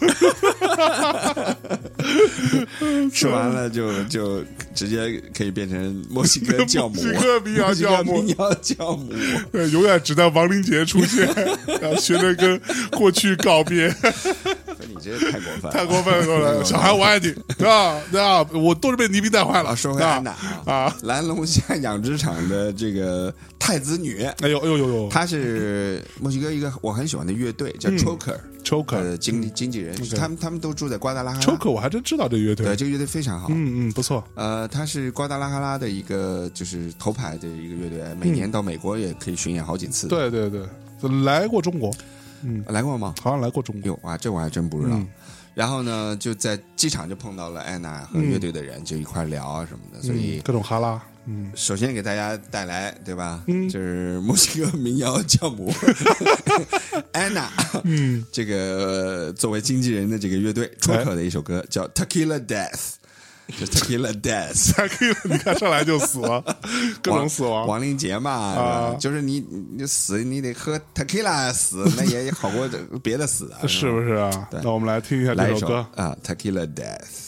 吃完了就就直接可以变成墨西哥教母， 墨西哥民谣教母， 民谣教母， 对，永远只在亡灵节出现，然后学着跟过去告别。 你这太过分了， 太过分了！小孩我爱你，对吧？对吧？我都是被倪斌带坏了。 说回安娜啊，蓝龙虾养殖场的这个太子女， 哎呦哎呦呦呦， 她是墨西哥一个我很喜欢的乐队，叫 Choker。 Choker 的经经纪人，他们他们都住在瓜达拉哈拉。 Choker 我还真知道这个乐队， 对，这个乐队非常好， 嗯嗯，不错。 呃，他是瓜达拉哈拉的一个就是头牌的一个乐队，每年到美国也可以巡演好几次。 对对对，来过中国，嗯， 来过吗？ 好像来过中国。 有啊，这我还真不知道。然后呢，就在机场就碰到了安娜和乐队的人，就一块聊啊什么的，所以各种哈拉。嗯， 首先给大家带来，对吧？ 嗯， 就是墨西哥民谣教母安娜， 嗯， 这个作为经纪人的这个乐队 Choker 的一首歌叫 Tequila Death， 就 Tequila Death， 你看上来就死了，各种死亡， 亡灵节嘛， 啊、 就是你你死你得喝 Tequila 死，那也好过别的死啊， 是不是啊？那我们来听一下这首歌啊 ，Tequila Death。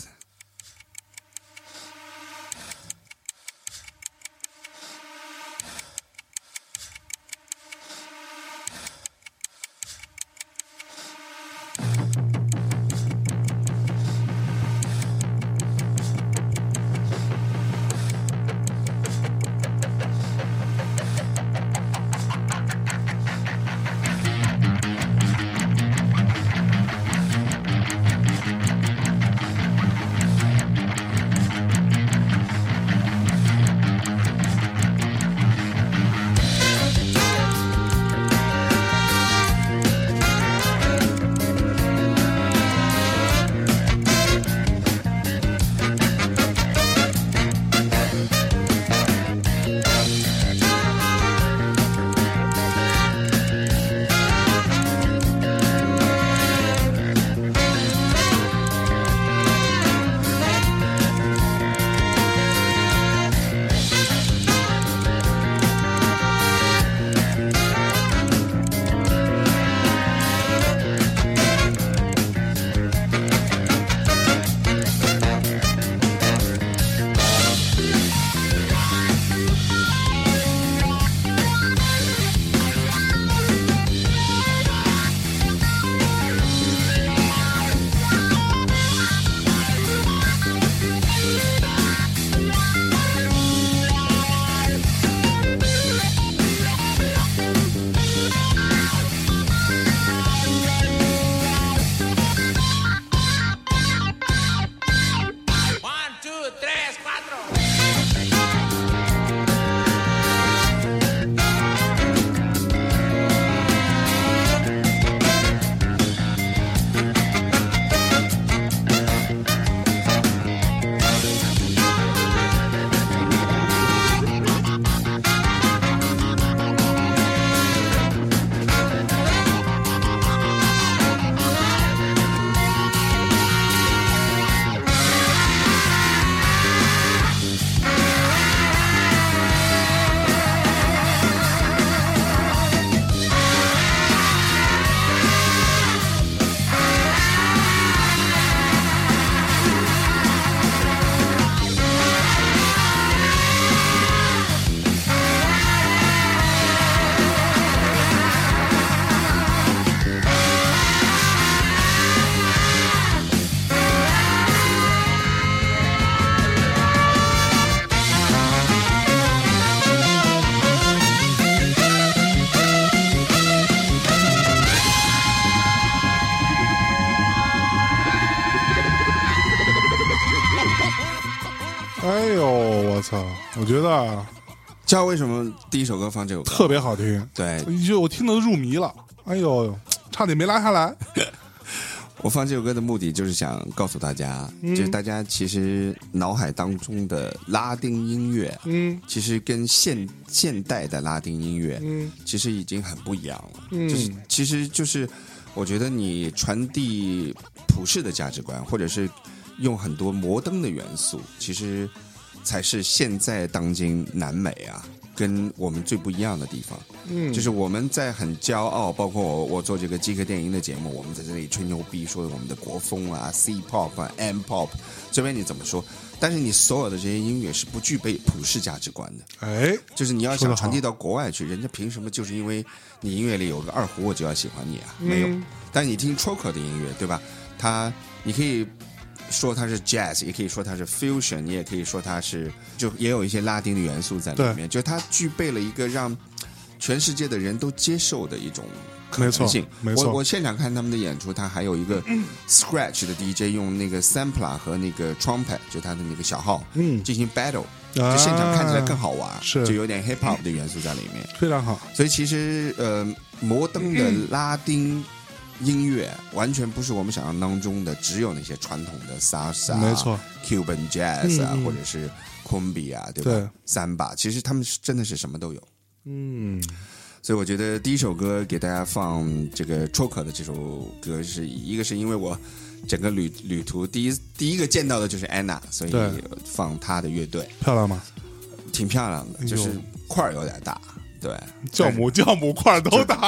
哎呦，我操！我觉得啊， 知道为什么第一首歌放这首歌特别好听， 对， 就我听得入迷了。哎呦，差点没拉下来。 我放这首歌的目的就是想告诉大家，嗯、就是大家其实脑海当中的拉丁音乐，嗯，其实跟现现代的拉丁音乐，嗯，其实已经很不一样了。嗯，就是其实就是我觉得你传递普世的价值观，或者是用很多摩登的元素，其实才是现在当今南美啊。跟我们最不一样的地方，嗯，就是我们在很骄傲，包括我我做这个极客电影的节目，我们在这里吹牛逼，说我们的国风啊 ，C pop 啊 ，M pop， 随便你怎么说，但是你所有的这些音乐是不具备普世价值观的， 哎， 就是你要想传递到国外去，人家凭什么就是因为你音乐里有个二胡我就要喜欢你啊？没有，嗯、但你听 Trocker 的音乐，对吧？它你可以。说它是 jazz， 也可以说它是 fusion， 你也可以说它是，就也有一些拉丁的元素在里面，就它具备了一个让全世界的人都接受的一种可能性。 没错， 我我现场看他们的演出，他还有一个 scratch 的 D J 用那个 sampler 和那个 trumpet， 就他的那个小号，嗯，进行 battle，、啊、就现场看起来更好玩， 是， 就有点 hip hop 的元素在里面， 非常好。 所以其实呃，摩登的拉丁。音乐完全不是我们想象当中的，只有那些传统的 salsa， 没错 ，Cuban jazz 啊，嗯、或者是 cumbia 啊，对吧？ 对， 三把，其实他们真的是什么都有。 嗯， 所以我觉得第一首歌给大家放这个 Trocker 的这首歌是一个是因为我整个旅旅途第一第一个见到的就是 Anna， 所以放她的乐队。 漂亮吗？ 挺漂亮的，就是块儿有点大。对， 酵母酵母块都大。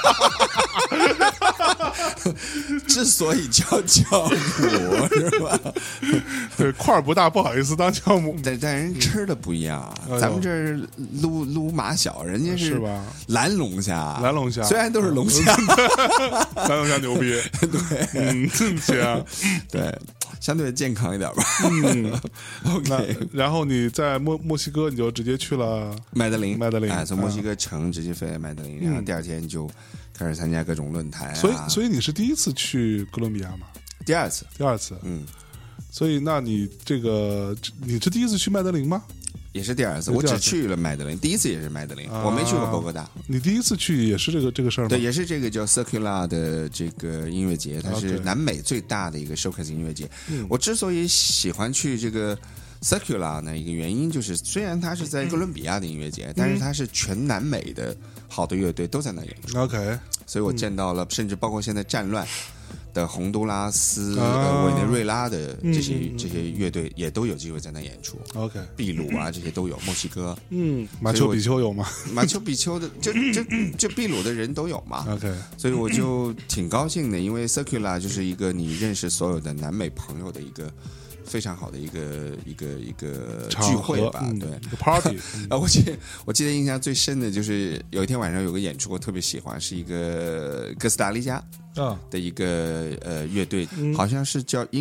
之所以叫酵母是吧？ 对，块不大，不好意思当酵母。 但但人吃的不一样，嗯、咱们这儿撸撸马小，人家是吧？ 蓝龙虾， 蓝龙虾， 虽然都是龙虾， 蓝龙虾牛逼。 对， 嗯，行， 对，相对健康一点吧。 嗯 ，OK。 然后你在墨墨西哥，你就直接去了麦德林， 麦德林， 哎，从墨西哥城直接飞来麦德林，嗯、然后第二天就。开始参加各种论坛、啊， 所以所以你是第一次去哥伦比亚吗？ 第二次， 第二次， 嗯， 所以那你这个你是第一次去麦德林吗？ 也是第二次，我只去了麦德林，第一次也是麦德林，啊、我没去过波哥大。 你第一次去也是这个这个事儿吗？ 对，也是这个叫 Circular 的这个音乐节，它是南美最大的一个 showcase 音乐节。嗯、我之所以喜欢去这个 Circular 呢，一个原因就是虽然它是在哥伦比亚的音乐节，嗯、但是它是全南美的好的乐队都在那演出。 OK。 所以我见到了，嗯、甚至包括现在战乱的洪都拉斯、啊、呃、委内瑞拉的这些、嗯、这些乐队也都有机会在那演出。 OK， 秘鲁啊这些都有，墨西哥， 嗯，马丘比丘有吗？ 马丘比丘的就就就秘鲁的人都有嘛。 OK， 所以我就挺高兴的，因为 Circular 就是一个你认识所有的南美朋友的一个。非常好的一个一个一个聚会吧， 嗯、 对 ，party 啊，我记得我记得印象最深的就是有一天晚上有个演出，我特别喜欢，是一个哥斯达黎加的一个、啊、呃乐队，嗯、好像是叫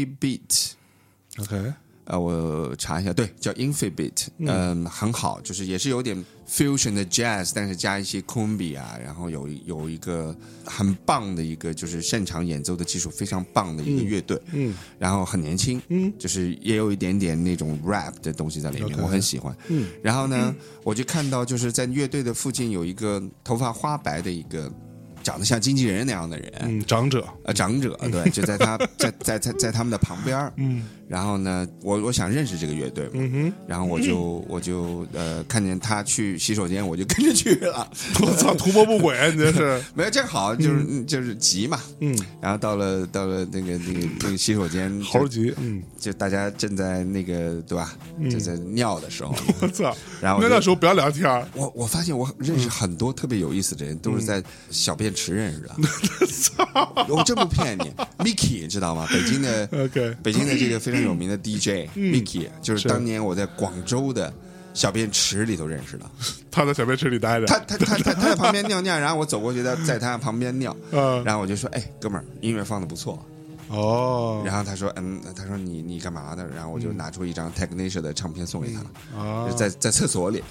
Infibeat。OK， 啊，我查一下，对，叫 Infibeat， 嗯、呃，很好，就是也是有点 fusion 的 jazz， 但是加一些 cumbia， 然后有有一个很棒的一个就是现场演奏的技术非常棒的一个乐队，嗯，嗯然后很年轻，嗯，就是也有一点点那种 rap 的东西在里面， okay, 我很喜欢，嗯，然后呢，嗯、我就看到就是在乐队的附近有一个头发花白的一个。长得像经纪人那样的人， 嗯，长者， 呃，长者，对，就在他在在在在他们的旁边，嗯，然后呢，我我想认识这个乐队嘛，嗯哼，然后我就我就呃看见他去洗手间，我就跟着去了， 我操，图谋不轨，你这是没有正好就是、嗯、就是急嘛，嗯，然后到了到了那个那个那个洗手间， 猴急，嗯， 就大家正在那个对吧，嗯、就在尿的时候， 我操， 然后那那时候不要聊天， 我我发现我认识很多特别有意思的人，都是在小便池认识的。我真不骗你 ，Mickey 知道吗？北京的 ，OK， 北京的这个非常有名的 D J、嗯、Mickey， 就是当年我在广州的小便池里头认识的。 他在小便池里待着， 他他他他他在旁边尿尿，然后我走过去，他在他旁边尿，嗯、然后我就说：“哎，哥们儿，音乐放的不错。”哦，然后他说：“嗯，他说你你干嘛的？”然后我就拿出一张 Technisha 的唱片送给他了，嗯、就在在厕所里。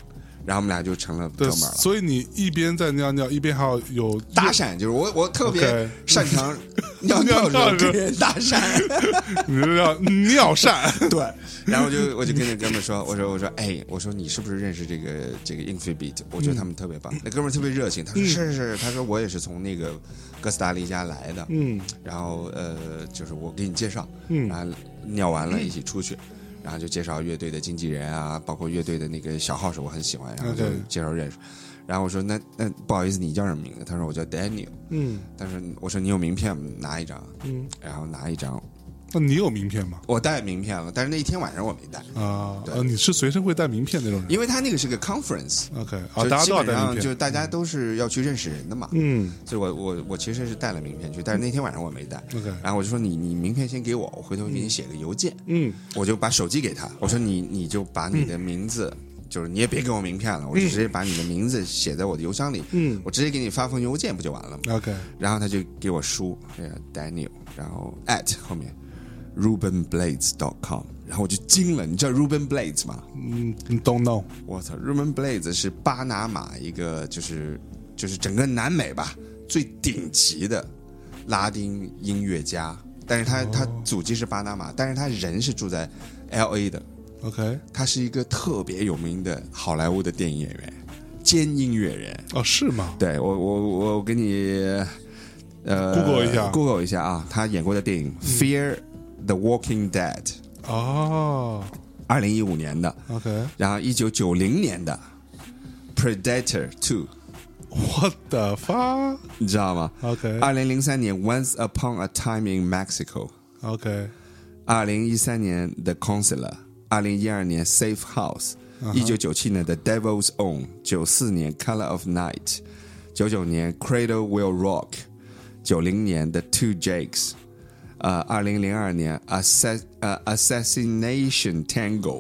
然后我们俩就成了哥们儿了。 所以你一边在尿尿，一边还要有搭讪，就是我我特别擅长尿尿的时候跟人搭讪， 你这叫尿讪。 对，然后我就我就跟那哥们儿说，我说我说哎，我说你是不是认识这个这个 Infibit？ 我觉得他们特别棒。嗯、那哥们儿特别热情，他说、嗯、是是，他说我也是从那个哥斯达黎加来的，嗯，然后呃，就是我给你介绍，嗯，然后尿完了一起出去。然后就介绍乐队的经纪人啊，包括乐队的那个小号手我很喜欢，然后就介绍认识。然后我说那那不好意思，你叫什么名字？他说我叫 Daniel。嗯，但是我说你有名片吗？拿一张。嗯，然后拿一张。 那你有名片吗？ 我带名片了，但是那一天晚上我没带啊。呃，你是随身会带名片那种人？ 因为他那个是个 conference。OK， 啊，大家都要带名片， 就大家都是要去认识人的嘛。嗯，所以我我我其实是带了名片去，但是那天晚上我没带。OK， 然后我就说你你名片先给我，我回头给你写个邮件。嗯，我就把手机给他，我说你你就把你的名字。嗯就是你也别给我名片了，我就直接把你的名字写在我的邮箱里，嗯，我直接给你发封邮件不就完了吗 ？OK， 然后他就给我输，哎呀 Daniel， 然后 at 后面 ruben blades dot com， 然后我就惊了，你知道 Ruben Blades 吗？ 嗯 ，don't know， 我操 ，Ruben Blades 是巴拿马一个就是就是整个南美吧最顶级的拉丁音乐家，但是他、哦、他祖籍是巴拿马，但是他人是住在 L A 的。 OK， 他是一个特别有名的好莱坞的电影演员兼音乐人。 哦，是吗？ 对，我我我给你呃 Google 一下 ，Google 一下啊，他演过的电影《嗯、Fear the Walking Dead》 哦， 二零一五年的 OK， 然后一九九零年的《Predator Two》。What the fuck？ 你知道吗 ？OK， 二零零三年《Once Upon a Time in Mexico》。OK， 二零一三年《The Consular》。二零一二年 Safe House， 一九九七年的 Devil's Own， 九四年 Color of Night， 九九年 Cradle Will Rock， 九零年的 Two Jakes， 呃，二零零二年 Assass 呃 Assassination Tango，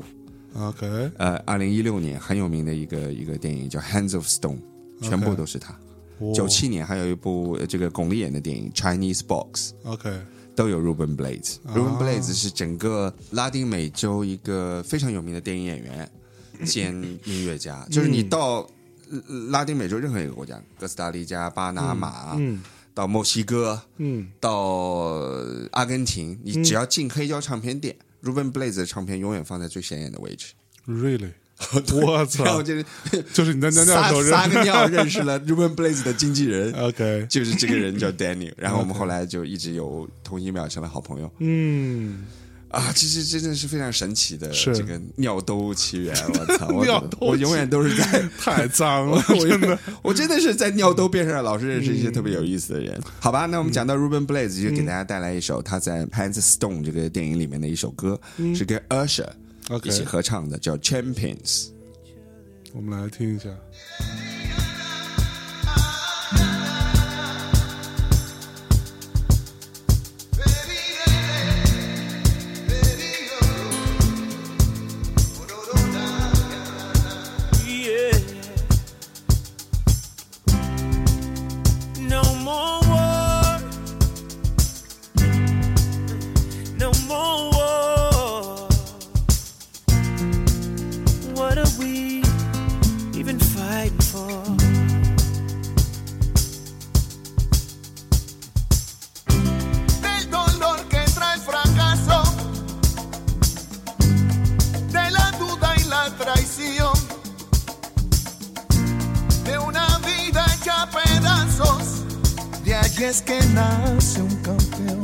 OK， 呃，二零一六年很有名的一个一个电影叫 Hands of Stone， 全部都是他。九七、okay. 年还有一部这个巩俐演的电影 Chinese Box，OK。都有 Ruben Blades，Ruben、啊、Blades 是整个拉丁美洲一个非常有名的电影演员兼音乐家，就是你到拉丁美洲任何一个国家，哥斯达黎加、巴拿马，嗯嗯、到墨西哥，嗯、到阿根廷，你只要进黑胶唱片店、嗯、，Ruben Blades 的唱片永远放在最显眼的位置。 Really？我操！ 然后就是就是你在尿尿的时候撒个尿认识了 Ruben Blades 的经纪人 ，OK， 就是这个人叫 Daniel， 然后我们后来就一直有同一秒成了好朋友。嗯，啊，其实真的是非常神奇的这个尿兜奇缘，我操！ 尿兜我永远都是在太脏了， 我真的我真的是在尿兜边上老是认识一些特别有意思的人。嗯、好吧，那我们讲到 Ruben Blades， 就给大家带来一首他在 Hands Stone 这个电影里面的一首歌，嗯、是跟 Usher。Okay. 一起合唱的叫 Champions， 我们来听一下。 Es que nace un campeón.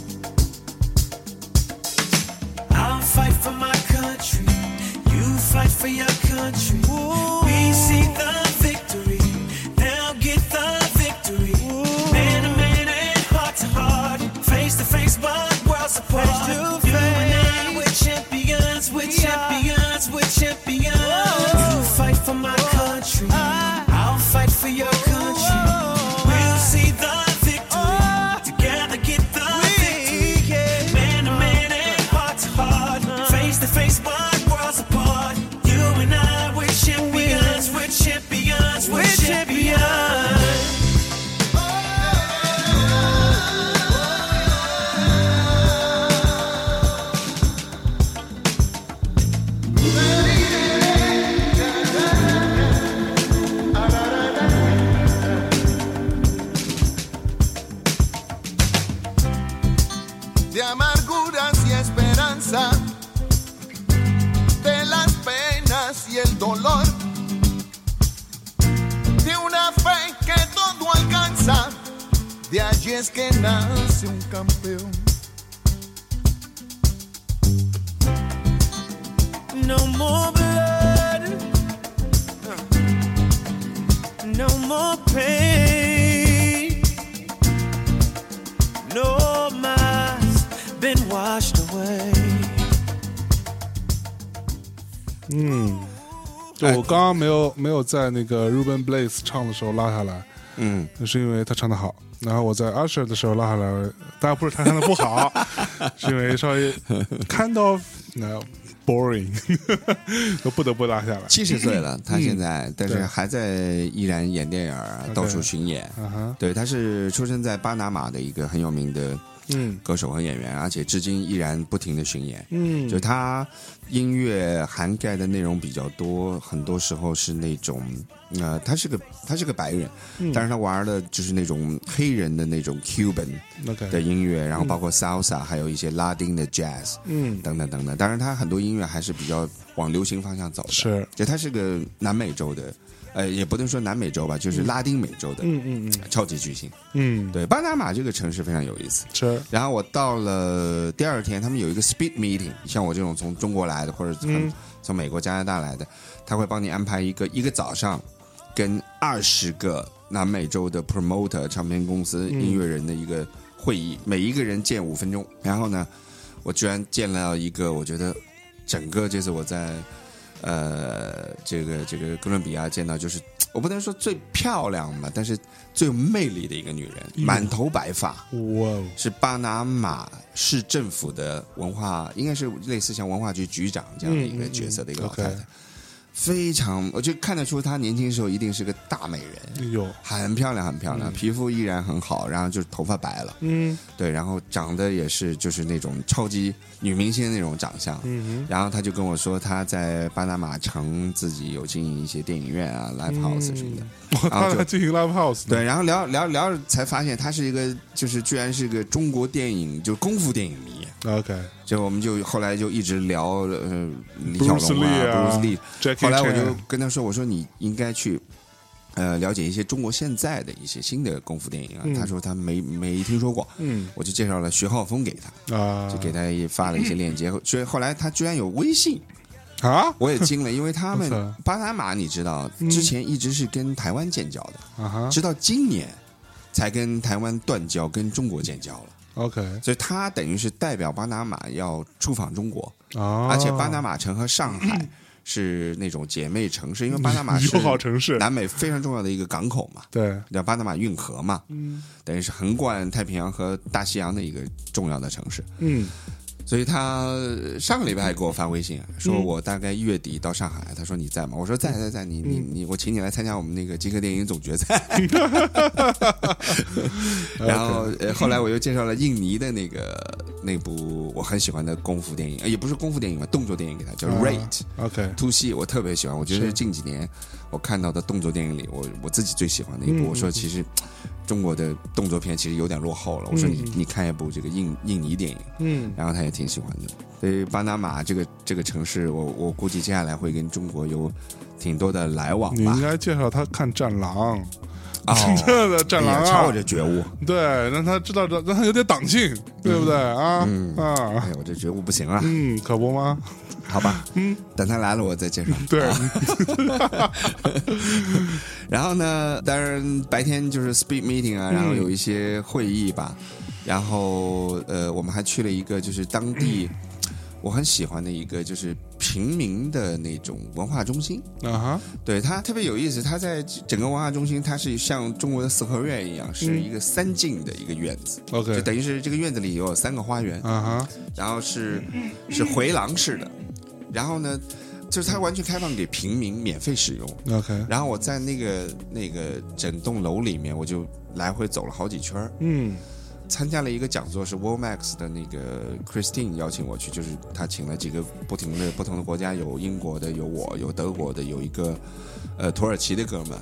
I'll fight for my country. You fight for your country. Ooh. We see the victory. They'll get the victory. Ooh. Man to man and heart to heart. Face to face, but worlds apart. Face to face. You and I, we're champions. We're yeah. champions. We're champions. Ooh. You fight for my country. I, I'll fight for your country. Ooh. We'll see the de amarguras y esperanza, de las penas y el dolor, de una fe que todo alcanza, de allí es que nace un campeón. No more blood, no more pain, no mask been washed away. 嗯，就我刚刚没有没有在那个 Ruben Blades 唱的时候拉下来， 嗯， 那是因为他唱的好。然后我在 Usher 的时候拉下来，当然不是他唱的不好，是因为稍微 kind of no boring， 我不得不拉下来。 七十岁了，他现在、 嗯、 但是还在依然演电影啊，到处巡演。 Uh-huh. 对，他是出生在巴拿马的一个很有名的嗯歌手和演员，而且至今依然不停的巡演。 嗯， 就他音乐涵盖的内容比较多，很多时候是那种呃，他是个他是个白人， 嗯、 但是他玩的就是那种黑人的那种 Cuban 的音乐， okay, 然后包括 salsa，、嗯、还有一些拉丁的 jazz， 嗯， 等等等等。当然，他很多音乐还是比较往流行方向走的。 是， 就他是个南美洲的。呃，也不能说南美洲吧，就是拉丁美洲的， 嗯嗯嗯， 超级巨星， 嗯， 对，巴拿马这个城市非常有意思。 是， 然后我到了第二天，他们有一个 speed meeting， 像我这种从中国来的，或者从、嗯、从美国、加拿大来的，他会帮你安排一个一个早上，跟二十个南美洲的 promoter 唱片公司音乐人的一个会议，嗯、每一个人见五分钟。然后呢，我居然见了一个，我觉得整个这次我在。呃，这个这个哥伦比亚见到，就是我不能说最漂亮嘛，但是最有魅力的一个女人，满头白发， 哇， 是巴拿马市政府的文化，应该是类似像文化局局长这样的一个角色的一个老太太。嗯嗯嗯 okay. 非常，我就看得出她年轻时候一定是个大美人， 有很漂亮，很漂亮， 嗯、 皮肤依然很好，然后就是头发白了， 嗯， 对，然后长得也是就是那种超级女明星那种长相， 嗯， 然后她就跟我说她在巴拿马城自己有经营一些电影院啊 ，live house 什么的， 嗯、然后就经营 live house， 对，然后聊聊聊才发现她是一个就是居然是个中国电影就是功夫电影迷 ，OK， 就我们就后来就一直聊呃李小龙啊，布鲁斯利。后来我就跟他说：“我说你应该去，呃，了解一些中国现在的一些新的功夫电影啊。嗯”他说他没没听说过。 嗯， 我就介绍了徐浩峰给他啊， 就给他也发了一些链接。所以后来他居然有微信啊， 我也惊了，因为他们巴拿马你知道之前一直是跟台湾建交的， 啊、 直到今年才跟台湾断交，跟中国建交了。 OK， 所以他等于是代表巴拿马要出访中国， 哦、 而且巴拿马城和上海是那种姐妹城市，因为巴拿马是友好城市， 南美非常重要的一个港口嘛， 对， 叫巴拿马运河嘛， 嗯， 等于是横贯太平洋和大西洋的一个重要的城市， 嗯。 所以他上个礼拜还给我发微信、啊，说我大概一月底到上海，他说你在吗？我说在在在，你你你，我请你来参加我们那个极客电影总决赛。然后、呃、后来我又介绍了印尼的那个那部我很喜欢的功夫电影，也不是功夫电影吧，动作电影给他叫 Raid，OK，、啊、突袭，我特别喜欢，我觉得是近几年我看到的动作电影里，我我自己最喜欢的一部。嗯、我说其实中国的动作片其实有点落后了，我说你、嗯、你看一部这个印印尼电影， 嗯， 然后他也挺喜欢的。所以巴拿马这个这个城市，我我估计接下来会跟中国有挺多的来往吧。 你应该介绍他看《战狼》。 哦， 真的战狼啊！ 超我这觉悟， 对，让他知道，让他有点党性，对不对、嗯、啊？ 嗯啊，哎，我这觉悟不行啊。 嗯，可不吗？ 好吧，嗯，等他来了我再介绍。 对。 啊、然后呢，当然白天就是 speed meeting 啊，然后有一些会议吧，嗯、然后呃，我们还去了一个就是当地。我很喜欢的一个就是平民的那种文化中心啊哈， 对，它特别有意思。它在整个文化中心，它是像中国的四合院一样，是一个三进的一个院子。 OK， 就等于是这个院子里有三个花园啊哈， 然后是是回廊式的，然后呢，就是它完全开放给平民免费使用。 OK， 然后我在那个那个整栋楼里面，我就来回走了好几圈。 嗯。 参加了一个讲座，是 Walmax 的那个 Christine 邀请我去，就是他请了几个不停的不同的国家，有英国的，有我，有德国的，有一个呃土耳其的哥们，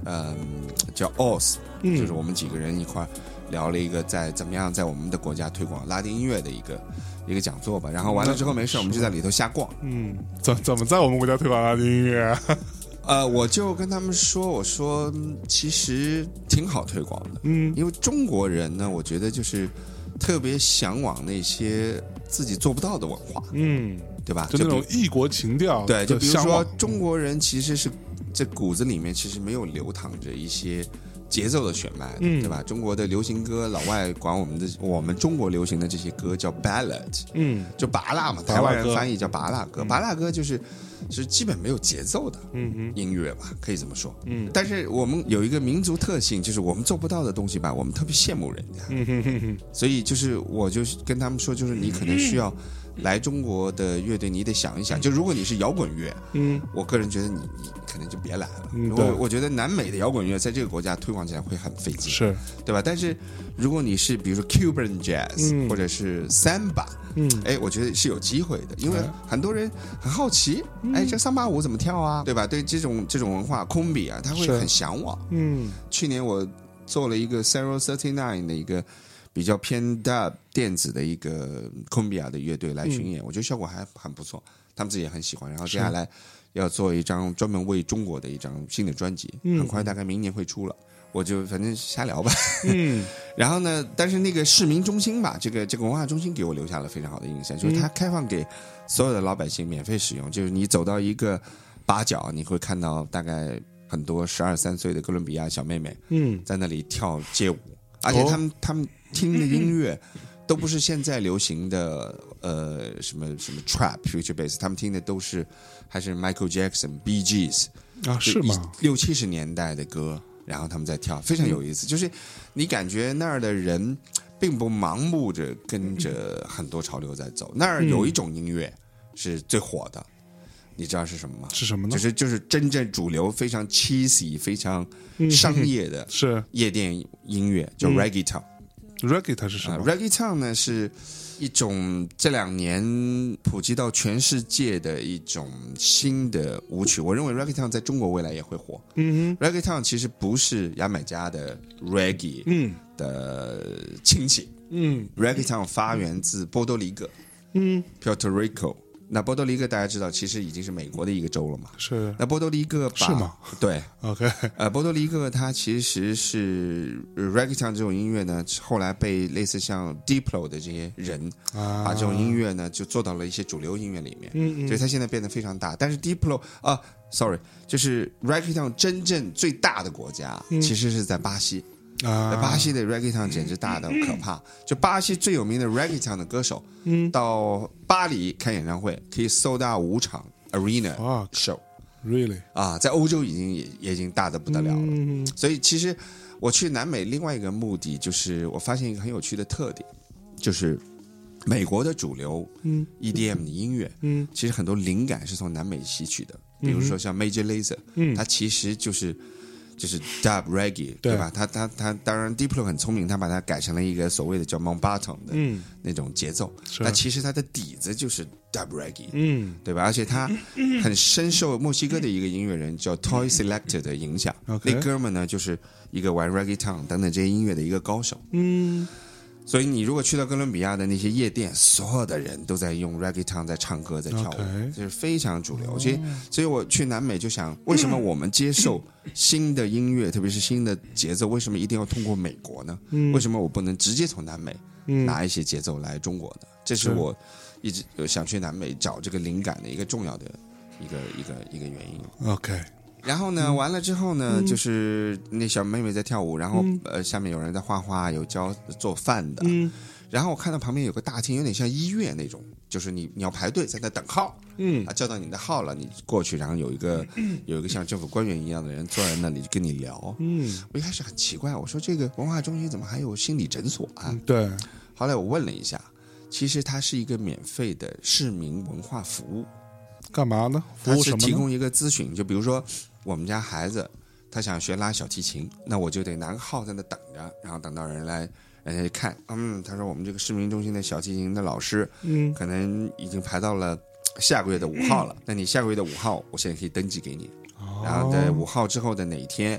嗯、叫 O S，、嗯、就是我们几个人一块聊了一个在怎么样在我们的国家推广拉丁音乐的一个一个讲座吧。然后完了之后没事，我们就在里头瞎逛。 嗯，怎怎么在我们国家推广拉丁音乐、啊？ 呃，我就跟他们说，我说其实挺好推广的，嗯，因为中国人呢，我觉得就是特别向往那些自己做不到的文化，嗯，对吧？ 就那种异国情调， 对，就比如说中国人其实是这骨子里面其实没有流淌着一些节奏的血脉的，嗯，对吧？中国的流行歌，老外管我们的我们中国流行的这些歌叫 ballad， 嗯，就拔蜡嘛，台湾人翻译叫拔蜡歌，拔蜡歌就是。是基本没有节奏的音乐吧，可以这么说。嗯，但是我们有一个民族特性，就是我们做不到的东西吧，我们特别羡慕人家。嗯哼哼哼。所以就是我就跟他们说，就是你可能需要来中国的乐队，你得想一想，就如果你是摇滚乐，嗯，我个人觉得你你可能就别来了。嗯，我我觉得南美的摇滚乐在这个国家推广起来会很费劲， 是对吧？但是如果你是比如说 Cuban Jazz、嗯、或者是 Samba， 嗯，哎，我觉得是有机会的，因为很多人很好奇。哎，这桑巴舞怎么跳啊？对吧？对这种这种文化，空比啊，他会很向往。嗯，去年我做了一个 Zero Thirty Nine 的一个比较偏 dub 电子的一个空比亚的乐队来巡演，嗯、我觉得效果还很不错，他们自己也很喜欢。然后接下来要做一张专门为中国的一张新的专辑，嗯、很快大概明年会出了。我就反正瞎聊吧，嗯，然后呢，但是那个市民中心吧，这个这个文化中心给我留下了非常好的印象，就是它开放给所有的老百姓免费使用，就是你走到一个八角，你会看到大概很多十二三岁的哥伦比亚小妹妹，嗯，在那里跳街舞，而且他们、哦、他们听的音乐都不是现在流行的呃什么什么 trap future bass， 他们听的都是还是 Michael Jackson、Bee Gees 啊，是吗？ 六七十年代的歌。然后他们在跳，非常有意思。嗯、就是你感觉那儿的人并不盲目着跟着很多潮流在走，那儿有一种音乐是最火的，嗯、你知道是什么吗？ 是什么呢？ 就是就是真正主流、非常 cheesy、非常商业的是夜店音乐，叫 reggaeton。reggaeton 是什么、 呃、？reggaeton 呢是一种这两年普及到全世界的一种新的舞曲。我认为 reggaeton 在中国未来也会火。嗯哼 reggaeton 其实不是牙买加的 reggae 的亲戚。嗯 reggaeton 发源自波多黎各，嗯 Puerto Rico。那波多黎各大家知道，其实已经是美国的一个州了嘛？ 是。 那波多黎各是吗？ 对 ，OK。 呃，波多黎各它其实是 reggaeton 这种音乐呢，后来被类似像 Diplo 的这些人啊，把这种音乐呢就做到了一些主流音乐里面，嗯嗯，所以它现在变得非常大。但是 Diplo 啊 ，sorry， 就是 reggaeton 真正最大的国家，嗯、其实是在巴西。啊，巴西的 reggaeton 简直大的可怕，就巴西最有名的 reggaeton 的歌手，嗯，到巴黎开演唱会可以sold out五场 arena show，really 啊，在欧洲已经也也已经大的不得了了。嗯、所以其实我去南美另外一个目的就是我发现一个很有趣的特点，就是美国的主流 E D M 的音乐，嗯，其实很多灵感是从南美吸取的，比如说像 Major Lazer，嗯，它其实就是就是 dub reggae 对吧？他他他当然 Diplo 很聪明，他把它改成了一个所谓的叫 Mountbatten 的那种节奏，那、嗯、其实它的底子就是 dub reggae， 嗯，对吧？而且他很深受墨西哥的一个音乐人叫 Toy Selector 的影响，嗯、那哥们呢就是一个玩 reggaeton 等等这些音乐的一个高手，嗯。所以你如果去到哥伦比亚的那些夜店，所有的人都在用 reggaeton 在唱歌在跳舞， okay. 就是非常主流。所以，所以我去南美就想，为什么我们接受新的音乐，特别是新的节奏，为什么一定要通过美国呢？为什么我不能直接从南美拿一些节奏来中国呢？这是我一直想去南美找这个灵感的一个重要的一个一个一个原因。 OK。 然后呢，完了之后呢，嗯、就是那小妹妹在跳舞，然后、嗯、呃下面有人在画画，有教做饭的。嗯，然后我看到旁边有个大厅，有点像医院那种，就是你你要排队在那等号。嗯，啊叫到你的号了，你过去，然后有一个、嗯、有一个像政府官员一样的人坐在那里跟你聊。嗯，我一开始很奇怪，我说这个文化中心怎么还有心理诊所啊？ 嗯、对。 后来我问了一下，其实它是一个免费的市民文化服务。 干嘛呢？服务什么呢？ 它是提供一个咨询，就比如说。我们家孩子他想学拉小提琴，那我就得拿个号在那等着，然后等到人来，人家一看，嗯，他说我们这个市民中心的小提琴的老师，嗯，可能已经排到了下个月的五号了，嗯、那你下个月的五号，我现在可以登记给你，哦、然后在五号之后的哪一天，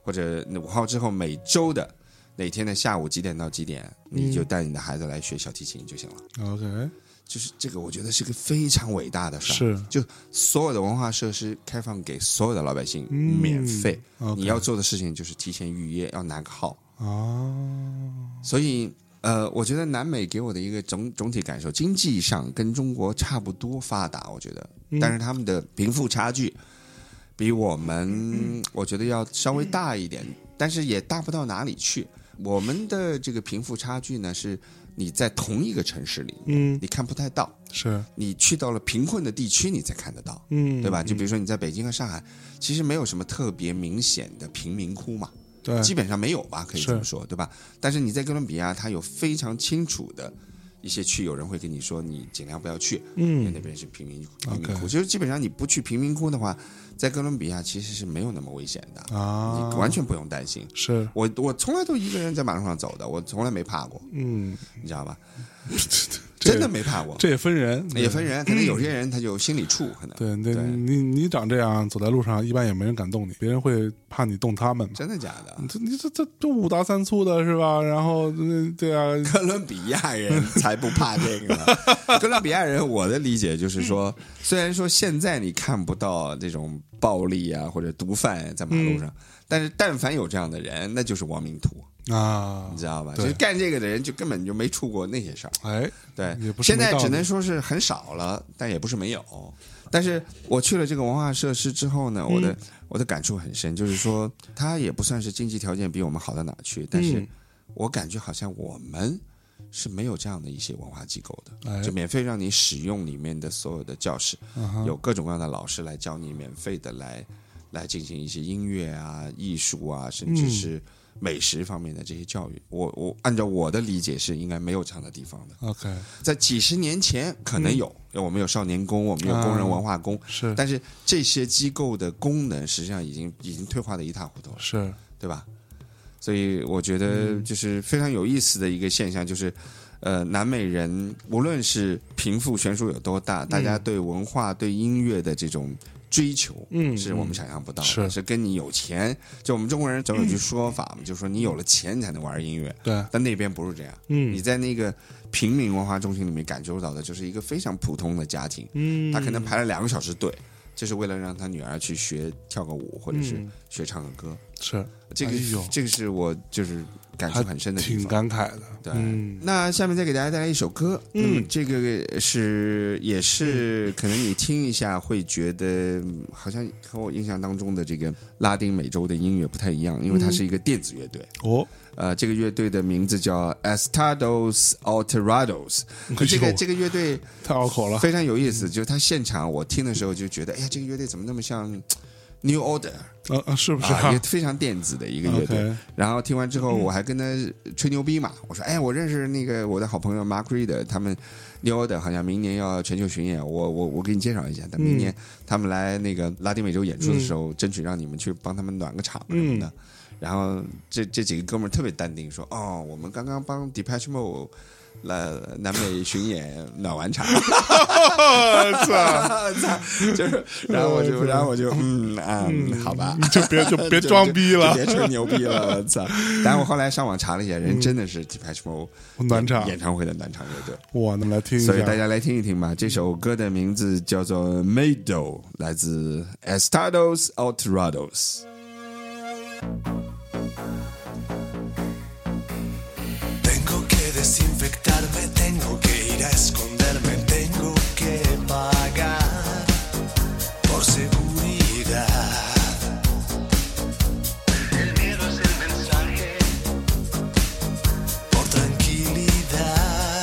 或者五号之后每周的哪天的下午几点到几点，你就带你的孩子来学小提琴就行了。 OK， 就是这个，我觉得是个非常伟大的事儿。 是， 就所有的文化设施开放给所有的老百姓，免费。 嗯 OK 你要做的事情就是提前预约，要拿个号。 哦， 所以，呃，我觉得南美给我的一个总总体感受，经济上跟中国差不多发达，我觉得，但是他们的贫富差距比我们，我觉得要稍微大一点，但是也大不到哪里去。我们的这个贫富差距呢，是你在同一个城市里， 嗯， 你看不太到， 是你去到了贫困的地区，你才看得到， 嗯， 对吧？就比如说你在北京和上海，其实没有什么特别明显的贫民窟嘛。 对， 基本上没有吧，可以这么说，对吧？但是你在哥伦比亚，它有非常清楚的一些区，有人会跟你说，你尽量不要去， 嗯， 因为那边是贫民贫民窟。 OK 就是基本上你不去贫民窟的话，在哥伦比亚其实是没有那么危险的啊， 你完全不用担心。 是我我从来都一个人在马路上走的，我从来没怕过， 嗯， 你知道吧？ 这真的没怕过， 这也分人， 也分人，可能有些人他就心理怵，可能对，对对你你长这样走在路上，一般也没人敢动你，别人会怕你动他们嘛。 真的假的？ 这你这这这五大三粗的是吧？然后嗯对啊， 哥伦比亚人才不怕这个呢。哥伦比亚人，我的理解就是说，虽然说现在你看不到这种暴力啊或者毒贩在马路上，但是但凡有这样的人，那就是亡命徒。 啊， 你知道吧？ 对就是干这个的人，就根本就没出过那些事儿。 哎， 对也，不是现在没道理只能说是很少了，但也不是没有。但是我去了这个文化设施之后呢，我的、 嗯、 我的感触很深，就是说它也不算是经济条件比我们好到哪去，但是我感觉好像我们是没有这样的一些文化机构的， 哎、 就免费让你使用里面的所有的教室， 嗯、 有各种各样的老师来教你，免费的来来进行一些音乐啊、艺术啊，甚至是、嗯。美食方面的这些教育，我我按照我的理解是应该没有这样的地方的。 OK， 在几十年前可能有，嗯、我们有少年宫，我们有工人文化宫， 啊、是， 但是这些机构的功能实际上已经已经退化的一塌糊涂了， 是， 对吧？所以我觉得就是非常有意思的一个现象，就是呃，南美人无论是贫富悬殊有多大，大家对文化、对音乐的这种追求， 嗯， 是我们想象不到的， 是是跟你有钱，就我们中国人总有句说法嘛，就是说你有了钱才能玩音乐， 对， 但那边不是这样， 嗯， 你在那个平民文化中心里面感受到的就是一个非常普通的家庭，嗯，他可能排了两个小时队，就是为了让他女儿去学跳个舞，或者是学唱个歌， 是这个， 哎、 这个是我就是感触很深的地方， 挺感慨的。 对， 嗯、 那下面再给大家带来一首歌， 嗯， 那么这个是也是可能你听一下会觉得好像和我印象当中的这个拉丁美洲的音乐不太一样，因为它是一个电子乐队。 哦， 呃，这个乐队的名字叫 Estados Alterados，、哎、这个这个乐队太拗口了， 非常有意思。就是他现场我听的时候就觉得，哎呀，这个乐队怎么那么像 New Order？ 啊啊，是不是、 啊？也非常电子的一个乐队。 Okay. 然后听完之后，我还跟他吹牛逼嘛，我说，哎，我认识那个我的好朋友 Mark Reed， 他们 New Order 好像明年要全球巡演，我我我给你介绍一下，但明年他们来那个拉丁美洲演出的时候，嗯、争取让你们去帮他们暖个场什么的。嗯、然后这这几个哥们儿特别淡定说，哦，我们刚刚帮 Depeche Mode 来南美巡演暖完场，就是，然后我就，然后我就，嗯啊，嗯好吧， 就别就别装逼了， 别吹牛逼了，我操！但我后来上网查了一下，人真的是 Depeche Mode 暖场演唱会的暖场乐队。 哇，那么来听一下， 所以大家来听一听吧。这首歌的名字叫做 Medo， 来自 Estados Alterados。 Desinfectarme, tengo que ir a esconderme, tengo que pagar por seguridad. El miedo es el mensaje, por tranquilidad.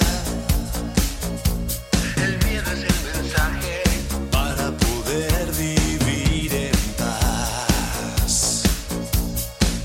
El miedo es el mensaje para poder vivir en paz.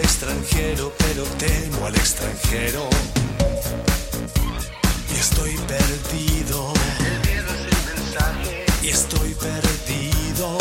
extranjero, pero temo al extranjero. Y estoy perdido. El miedo es el mensaje. Y estoy perdido.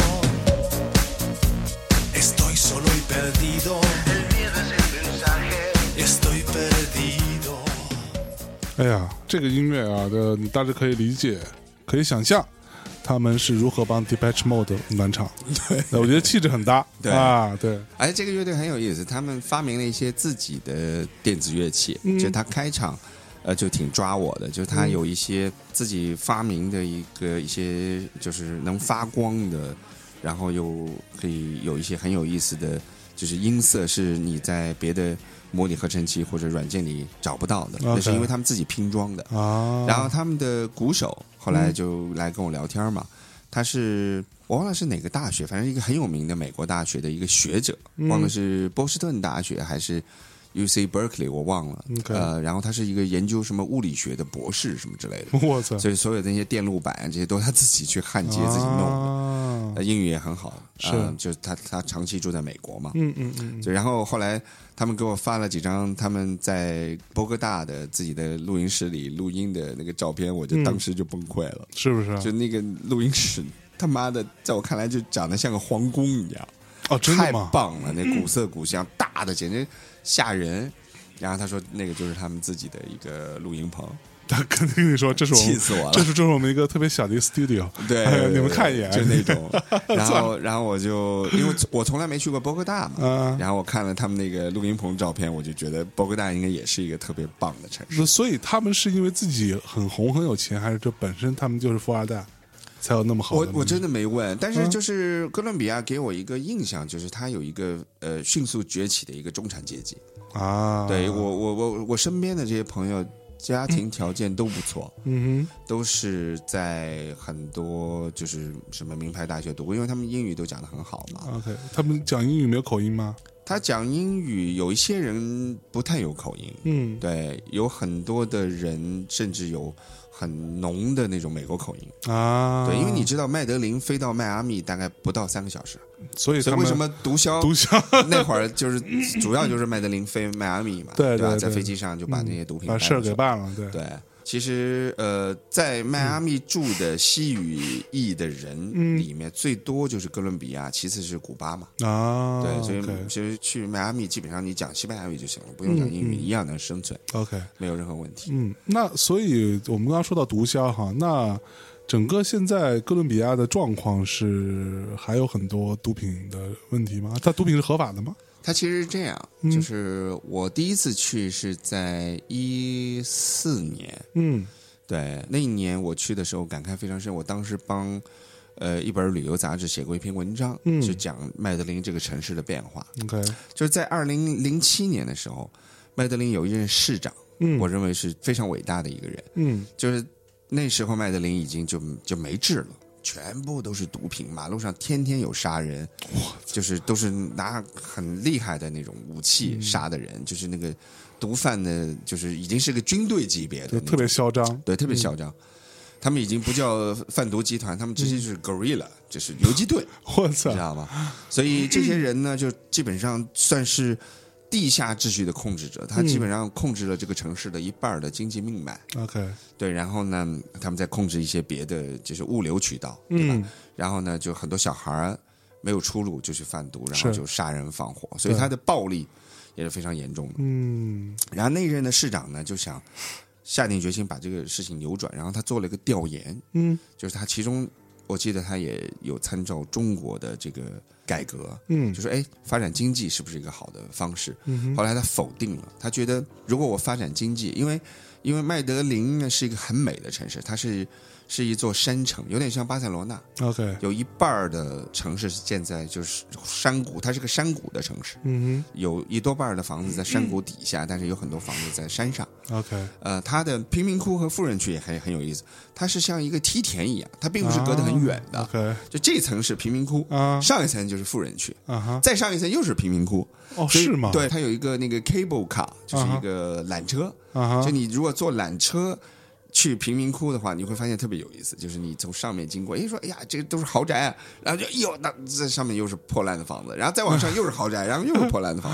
Estoy solo y perdido. El miedo es el mensaje. Y estoy perdido. 哎呀，这个音乐啊的，你大致可以理解，可以想象。他们是如何帮 Depeche Mode 暖场？对，我觉得气质很搭。 对啊，对。 而且这个乐队很有意思，他们发明了一些自己的电子乐器，嗯、就他开场，呃，就挺抓我的，就他有一些自己发明的一个一些，就是能发光的，然后又可以有一些很有意思的，就是音色是你在别的模拟合成器或者软件里找不到的，那、okay. 是因为他们自己拼装的。啊，然后他们的鼓手后来就来跟我聊天嘛，嗯、他是我忘了是哪个大学，反正一个很有名的美国大学的一个学者，嗯、忘了是波士顿大学还是 U C Berkeley 我忘了。Okay. 呃，然后他是一个研究什么物理学的博士什么之类的。我操！所以所有的那些电路板这些都是他自己去焊接、啊、自己弄的。呃，英语也很好，是，呃、就是他他长期住在美国嘛，嗯嗯嗯，就然后后来他们给我发了几张他们在波哥大的自己的录音室里录音的那个照片，我就当时就崩溃了，嗯、是不是？就那个录音室，他妈的，在我看来就长得像个皇宫一样，哦，真的吗？太棒了，那古色古香，大的简直吓人。然后他说那个就是他们自己的一个录音棚。他肯定跟你说，这是我们，气死我了！这是这是我们一个特别小的一个 studio， 对，哎、你们看一眼，就那种。然后，然后我就因为我从来没去过波哥大嘛，啊、然后我看了他们那个录音棚照片，我就觉得波哥大应该也是一个特别棒的城市。所以他们是因为自己很红很有钱，还是这本身他们就是富二代，才有那么好的？我我真的没问，但是就是哥伦比亚给我一个印象，就是它有一个呃迅速崛起的一个中产阶级啊。对我我我我身边的这些朋友。家庭条件都不错，嗯哼，都是在很多就是什么名牌大学读过，因为他们英语都讲得很好嘛。OK， 他们讲英语没有口音吗？他讲英语有一些人不太有口音，嗯，对，有很多的人甚至有很浓的那种美国口音啊。对，因为你知道麦德林飞到迈阿密大概不到三个小时。所以，所以为什么毒枭？毒枭那会儿就是主要就是麦德林飞迈阿密嘛，对 对, 对吧？在飞机上就把那些毒品、嗯、把事儿给办了，对对。其实呃，在迈阿密住的西语裔的人里面，最多就是哥伦比亚，其次是古巴嘛。啊，对，所以其实去迈阿密基本上你讲西班牙语就行了，不用讲英语，嗯、一样能生存。OK， 没有任何问题。嗯，那所以我们刚刚说到毒枭哈，那。整个现在哥伦比亚的状况是还有很多毒品的问题吗？它毒品是合法的吗？它其实是这样，嗯、就是我第一次去是在一四年，嗯，对，那一年我去的时候感慨非常深。我当时帮呃一本旅游杂志写过一篇文章，嗯，就讲麦德林这个城市的变化。OK， 就是在二零零七年的时候，麦德林有一任市长，嗯，我认为是非常伟大的一个人，嗯，就是。那时候麦德林已经就就没治了，全部都是毒品，马路上天天有杀人，就是都是拿很厉害的那种武器杀的人，嗯、就是那个毒贩的，就是已经是个军队级别的，特别嚣张，对，特别嚣张。嗯、他们已经不叫贩毒集团，他们直接就是 guerrilla，、嗯、就是游击队，我操，知道吗？所以这些人呢，就基本上算是。地下秩序的控制者，他基本上控制了这个城市的一半的经济命脉。OK， 对，然后呢，他们在控制一些别的，就是物流渠道，对吧？嗯、然后呢，就很多小孩没有出路就去贩毒，然后就杀人放火，所以他的暴力也是非常严重的。嗯，然后那一任的市长呢，就想下定决心把这个事情扭转，然后他做了一个调研，嗯，就是他其中我记得他也有参照中国的这个。改革，嗯，就说哎，发展经济是不是一个好的方式？嗯、后来他否定了，他觉得如果我发展经济，因为因为麦德林呢是一个很美的城市，它是是一座山城，有点像巴塞罗那。OK， 有一半的城市是建在就是山谷，它是个山谷的城市。嗯哼，有一多半的房子在山谷底下，嗯、但是有很多房子在山上。OK， 呃，它的贫民窟和富人区也很很有意思，它是像一个梯田一样，它并不是隔得很远的。啊、OK， 就这层是贫民窟，啊、上一层就是富人区，啊、再上一层又是贫民窟。哦，是吗？对，它有一个那个 cable car， 就是一个缆车。啊、就你如果坐缆车去贫民窟的话，你会发现特别有意思，就是你从上面经过，哎，说哎呀，这个都是豪宅啊，然后就哎呦，那这上面又是破烂的房子，然后再往上又是豪宅，然后又是破烂的房子，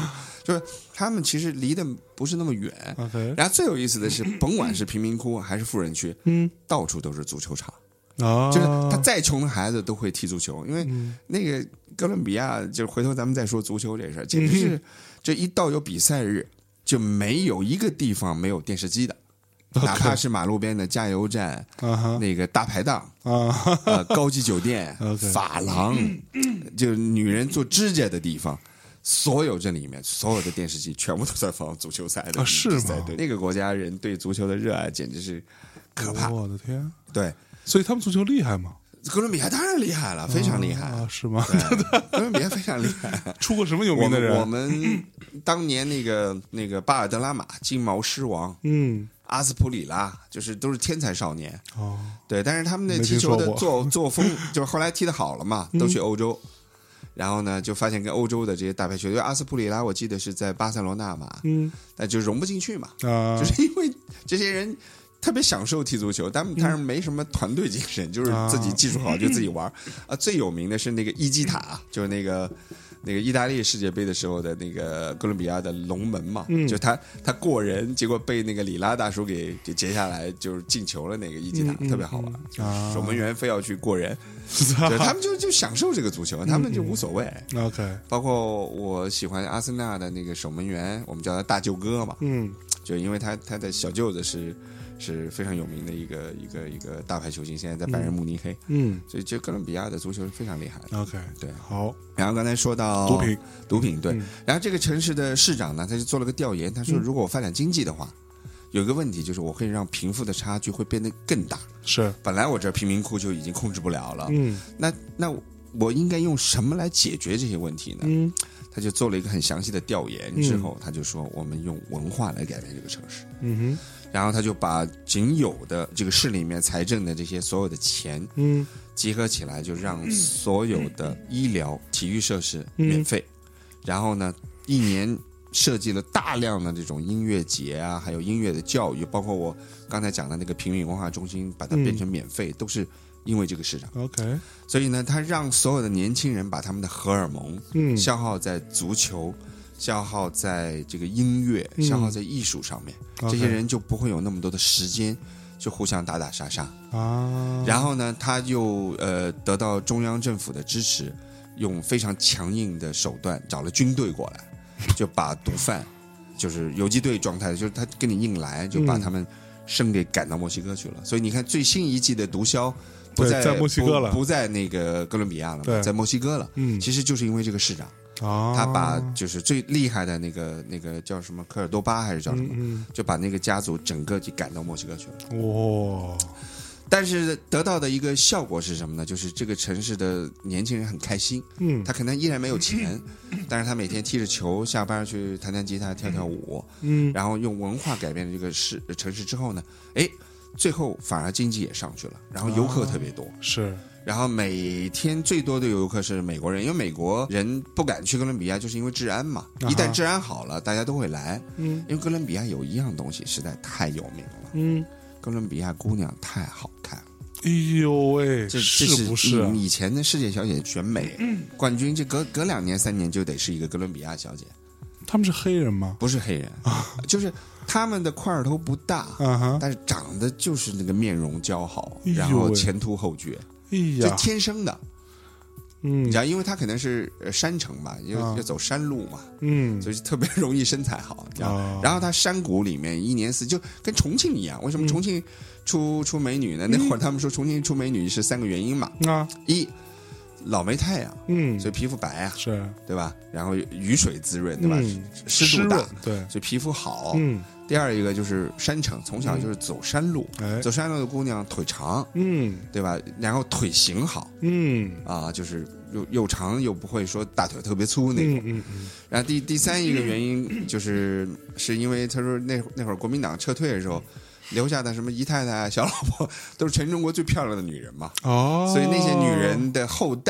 就是他们其实离得不是那么远。 OK， 然后最有意思的是，甭管是贫民窟还是富人区， 嗯， 到处都是足球场。 啊， 就是他再穷的孩子都会踢足球，因为那个哥伦比亚，就是回头咱们再说足球这事儿，简直是这一到有比赛日，就没有一个地方没有电视机的，哪怕是马路边的加油站、 uh-huh. 那个大排档啊、 呃高级酒店、 okay. 发廊，就女人做指甲的地方。所有这里面所有的电视机全部都在放足球赛的比赛， 啊、是吗？ 对，那个国家人对足球的热爱简直是可怕。 我的天！ 对， 所以他们足球厉害吗？ 哥伦比亚当然厉害了，非常厉害， 啊、是吗？ 哥伦比亚非常厉害， 出过什么有名的人？ 我们, 我们当年那个那个巴尔德拉马金毛狮王， 嗯， 阿斯普里拉，就是都是天才少年。 哦， 对，但是他们的踢球的作作风，就是后来踢得好了嘛，都去欧洲。嗯，然后呢，就发现跟欧洲的这些大牌球队，阿斯普里拉我记得是在巴塞罗那嘛， 嗯， 但就融不进去嘛， 啊， 就是因为这些人特别享受踢足球，但但是没什么团队精神，就是自己技术好就自己玩啊。最有名的是那个伊基塔，就是那个那个意大利世界杯的时候的那个哥伦比亚的龙门嘛， 嗯， 就他他过人，结果被那个里拉大叔给给截下来，就是进球了。那个伊基塔、嗯、特别好玩，啊，守门员非要去过人，对，他们就就享受这个足球，他们就无所谓。 嗯、OK， 包括我喜欢阿森纳的那个守门员，我们叫他大舅哥嘛， 嗯， 就因为他他的小舅子是。是非常有名的一个一个一个大牌球星，现在在拜仁慕尼黑。嗯，所以这哥伦比亚的足球是非常厉害的。 OK， 对， 好。 然后刚才说到毒品， 毒品对、 嗯。 然后这个城市的市长呢，他就做了个调研，他说如果我发展经济的话，嗯、有一个问题就是我可以让贫富的差距会变得更大。 是， 本来我这贫民窟就已经控制不了了。 嗯， 那那我应该用什么来解决这些问题呢？ 嗯。 他就做了一个很详细的调研之后、嗯，他就说我们用文化来改变这个城市。 嗯哼， 然后他就把仅有的这个市里面财政的这些所有的钱，嗯，集合起来，就让所有的医疗、体育设施免费。嗯、然后呢，一年设计了大量的这种音乐节啊，还有音乐的教育，包括我刚才讲的那个平民文化中心，把它变成免费，嗯、都是。因为这个市场 ，OK， 所以呢，他让所有的年轻人把他们的荷尔蒙，嗯，消耗在足球，消耗在这个音乐，嗯、消耗在艺术上面，嗯、这些人就不会有那么多的时间，就互相打打杀杀啊。然后呢，他又呃得到中央政府的支持，用非常强硬的手段找了军队过来，就把毒贩，就是游击队状态，就是他跟你硬来，就把他们生给赶到墨西哥去了。嗯、所以你看最新一季的毒枭。不在, 在墨西哥了， 不, 不在那个哥伦比亚了嘛，在墨西哥了。嗯，其实就是因为这个市长， 哦、 他把就是最厉害的那个那个叫什么科尔多巴还是叫什么，嗯嗯、就把那个家族整个就赶到墨西哥去了。哇、哦！但是得到的一个效果是什么呢？就是这个城市的年轻人很开心。嗯，他可能依然没有钱，嗯、但是他每天踢着球，下班去弹弹吉他、跳跳舞。嗯，然后用文化改变了这个市城市之后呢，哎。最后反而经济也上去了，然后游客特别多，哦、 是， 然后每天最多的游客是美国人，因为美国人不敢去哥伦比亚，就是因为治安嘛。啊、一旦治安好了，大家都会来。嗯，因为哥伦比亚有一样东西实在太有名了。嗯，哥伦比亚姑娘太好看。 哎呦喂， 这是不是、啊？ 以前的世界小姐选美、嗯、冠军，这隔隔两年三年就得是一个哥伦比亚小姐。 他们是黑人吗？ 不是黑人，啊、就是他们的块头不大，啊、但是长得就是那个面容姣好， 哎、 然后前凸后撅， 哎呀， 这天生的。嗯，你知道，因为他可能是山城嘛，要、啊、要走山路嘛，嗯，所以特别容易身材好。啊、然后他山谷里面一年四季就跟重庆一样，为什么重庆出、嗯、出美女呢？那会儿他们说重庆出美女是三个原因嘛，啊，一。老没太阳，嗯，所以皮肤白啊， 是， 对吧？然后雨水滋润，对吧？嗯、湿度大， 对， 所以皮肤好。嗯，第二一个就是山城，从小就是走山路，嗯、走山路的姑娘腿长，嗯，对吧？然后腿型好，嗯，啊，就是又又长又不会说大腿特别粗那种。嗯 嗯, 嗯。然后第第三一个原因就是是因为他说那那会儿国民党撤退的时候。留下的什么姨太太、小老婆，都是全中国最漂亮的女人嘛。哦，所以那些女人的后代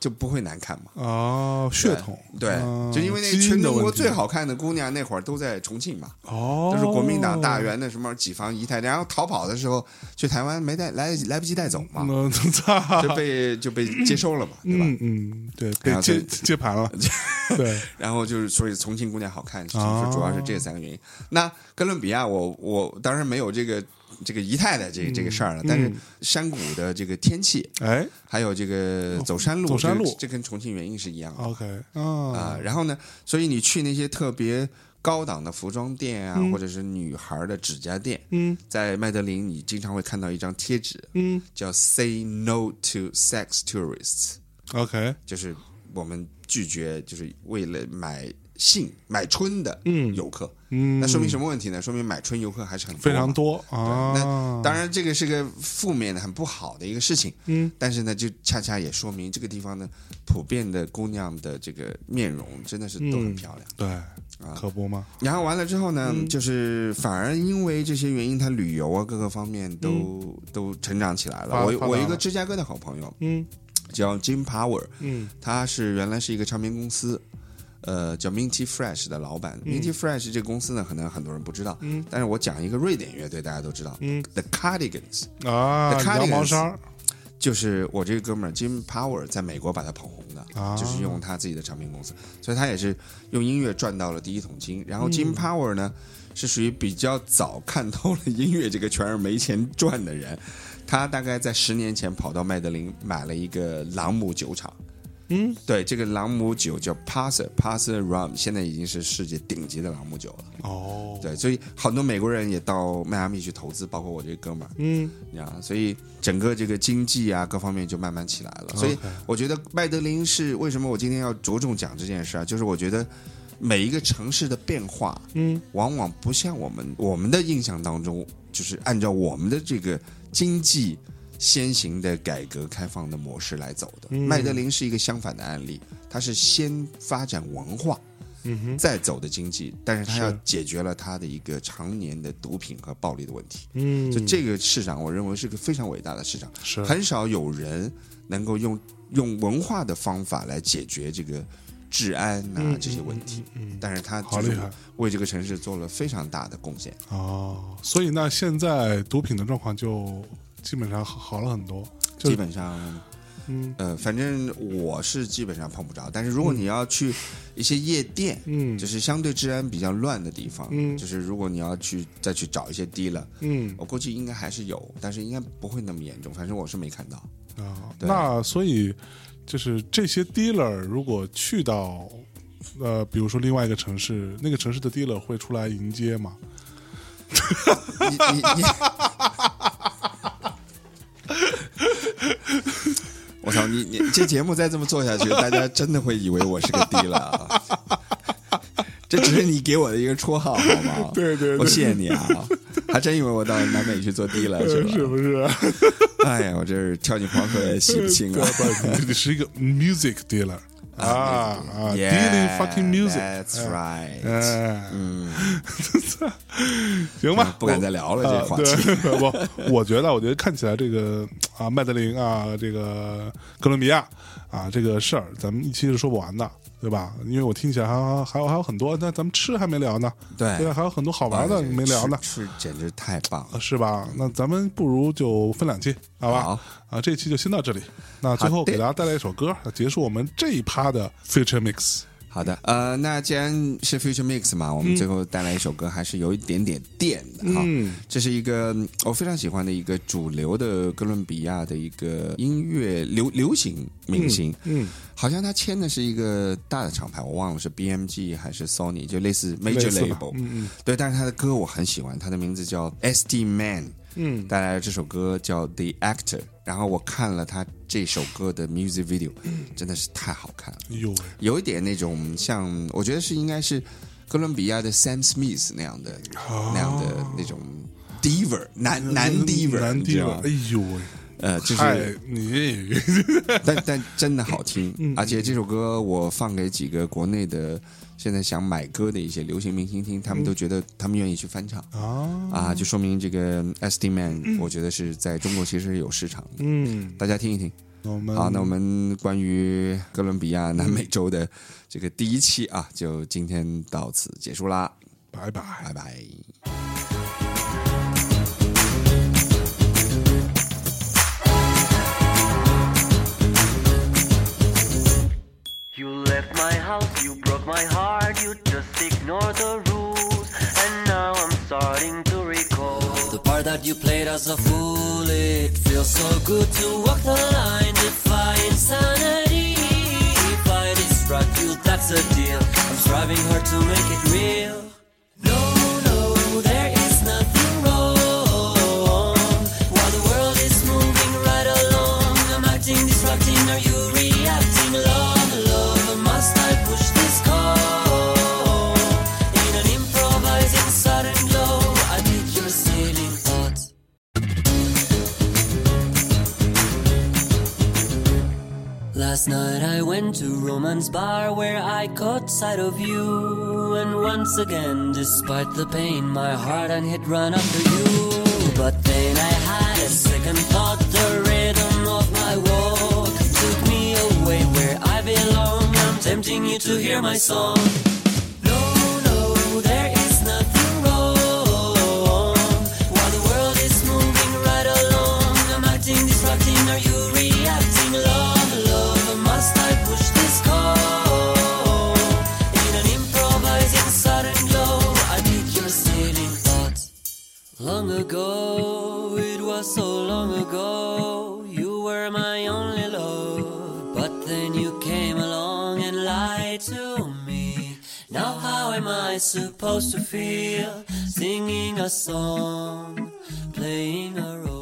就不会难看嘛。 哦，血统对， 哦就因为那基因全中国的问题最好看的姑娘那会儿都在重庆嘛， 哦， 都是国民党大员的什么几房姨太太，然后逃跑的时候去台湾没带来来不及带走嘛， 那操就被就被接收了嘛，对吧？ 嗯嗯，对， 然后被接就接盘了，对， 然后就是所以重庆姑娘好看，是哦主要是这三个原因。那哥伦比亚我我当然没有这个这个姨太太这个这个事儿了，但是山谷的这个天气， 哎还有这个走山路， 走山路这这跟重庆原因是一样的。 ，OK 啊、 啊， 然后呢，所以你去那些特别高档的服装店啊， 嗯或者是女孩的指甲店， 嗯在麦德林你经常会看到一张贴纸， 嗯叫 Say No to Sex Tourists， ，OK， 就是我们拒绝就是为了买性买春的嗯游客。 嗯， 那说明什么问题呢？说明买春游客还是很多非常嘛。 多啊， 那当然，这个是个负面的、很不好的一个事情。 嗯， 但是呢，就恰恰也说明这个地方的普遍的姑娘的这个面容真的是都很漂亮。 对， 啊可不嘛， 然后完了之后呢， 嗯就是反而因为这些原因，他旅游啊各个方面都、都成长起来了。我发发达了我一个芝加哥的好朋友嗯叫 Jim Power， 嗯他是原来是一个唱片公司。呃，叫 Minty Fresh 的老板、 嗯 Minty Fresh 这个公司呢，可能很多人不知道， 嗯但是我讲一个瑞典乐队，大家都知道、 嗯 The Cardigans， 啊， The Cardigans 羊毛衫就是我这个哥们儿 Jim Power 在美国把他捧红的， 啊就是用他自己的唱片公司，所以他也是用音乐赚到了第一桶金。然后嗯 Jim Power 呢，是属于比较早看透了音乐这个圈儿没钱赚的人，他大概在十年前跑到麦德林买了一个朗姆酒厂。 嗯， 对，这个朗姆酒叫 Passer Passer Rum， 现在已经是世界顶级的朗姆酒了。 哦， 对，所以很多美国人也到迈阿密去投资，包括我这个哥们儿。 嗯啊，所以整个这个经济啊各方面就慢慢起来了。所以我觉得麦德林是为什么我今天要着重讲这件事啊？就是我觉得每一个城市的变化， 嗯， 往往不像我们我们的印象当中，就是按照我们的这个经济先行的改革开放的模式来走的。 嗯麦德林是一个相反的案例，它是先发展文化。 嗯哼， 再走的经济，但是它要是解决了它的一个常年的毒品和暴力的问题。 嗯， 就这个市场，我认为是个非常伟大的市场， 是很少有人能够用用文化的方法来解决这个治安啊、 嗯这些问题。 嗯嗯嗯但是他就是好厉害为这个城市做了非常大的贡献。 哦，所以那现在毒品的状况就基本上好好了很多，就基本上， 嗯呃，反正我是基本上碰不着。但是如果你要去一些夜店， 嗯就是相对治安比较乱的地方， 嗯就是如果你要去再去找一些低了， 嗯我估计应该还是有，但是应该不会那么严重。反正我是没看到。 啊， 对那所以就是这些 dealer 如果去到呃，比如说另外一个城市，那个城市的 dealer 会出来迎接吗？ 你你你，我操！你你这节目再这么做下去，大家真的会以为我是个低了啊！这只是你给我的一个绰号，好吗？ 对对对我谢谢你啊！还真以为我到南美去做低了是吧？ 是不是？ 哎呀，我这是跳进黄河也洗不清啊！ 对你你是一个 music dealer 啊啊 Yeah, ，dealing fucking music， That's right。 哎， 嗯， 行吧， 不敢再聊了这个话题。 啊对不，我觉得，我觉得看起来这个啊，麦德林啊，这个哥伦比亚啊，这个事儿，咱们一期是说不完的，对吧？因为我听起来还还还有还有很多，那咱们吃还没聊呢， 对对吧？还有很多好玩的没聊呢， 吃吃简直太棒了。 是吧？那咱们不如就分两期，好吧？ 好啊，这期就先到这里。那最后好的给大家带来一首歌，结束我们这一趴的 Future Mix。 好的，呃，那既然是 Future Mix 嘛，我们最后带来一首歌，还是有一点点电的哈。 嗯这是一个嗯我非常喜欢的一个主流的哥伦比亚的一个音乐流流行明星， 嗯， 好像他签的是一个大的厂牌，我忘了是 B M G 还是 Sony，就类似 Major 类似吧 Label， 嗯嗯对，但是他的歌我很喜欢，他的名字叫 S D Man。 嗯带来了这首歌叫 The Actor， 然后我看了他这首歌的 music video，真的是太好看了， 哎呦喂， 有一点那种像，我觉得是应该是哥伦比亚的 Sam Smith 那样的、 哦那样的那种 diva 男男 diva 男你知道 diva， 吗哎呦喂， 呃，就太是你但但真的好听， 嗯而且这首歌我放给几个国内的现在想买歌的一些流行明星听，他们都觉得他们愿意去翻唱。 啊啊，就说明这个 S D Man，、我觉得是在中国其实是有市场的， 嗯， 大家听一听。 我们好，那我们关于哥伦比亚南美洲的这个第一期啊，就今天到此结束啦， 拜拜， 拜拜。 You left my house, you broke my heart, you just ignore the rules, and now I'm starting to recall the part that you played as a fool. It feels so good to walk the line, defy insanity. If I distract you, that's a deal. I'm striving hard to make it real. No, no, there is nothing wrong. While the world is moving right along, I'm acting, distracting, are you reacting? Love, love, must I push this call? In an improvising sudden glow, I beat your sailing thoughts. Last night I went to Roman's bar where I caught sight of you. And once again, despite the pain, my heart and had run after you. But then I had a second thought, the rhythm of my walk took me away where I belong. I'm tempting you to hear my song. No, no, there is nothing wrong. While the world is moving right along, I'm acting, distracting, are you reacting? Love, love, must I push this call? In an improvising sudden glow, I beat your sailing thoughts. Long ago, it was so long ago, you were my only love. But then you came along and lied to me. Now how am I supposed to feel? Singing a song, playing a role.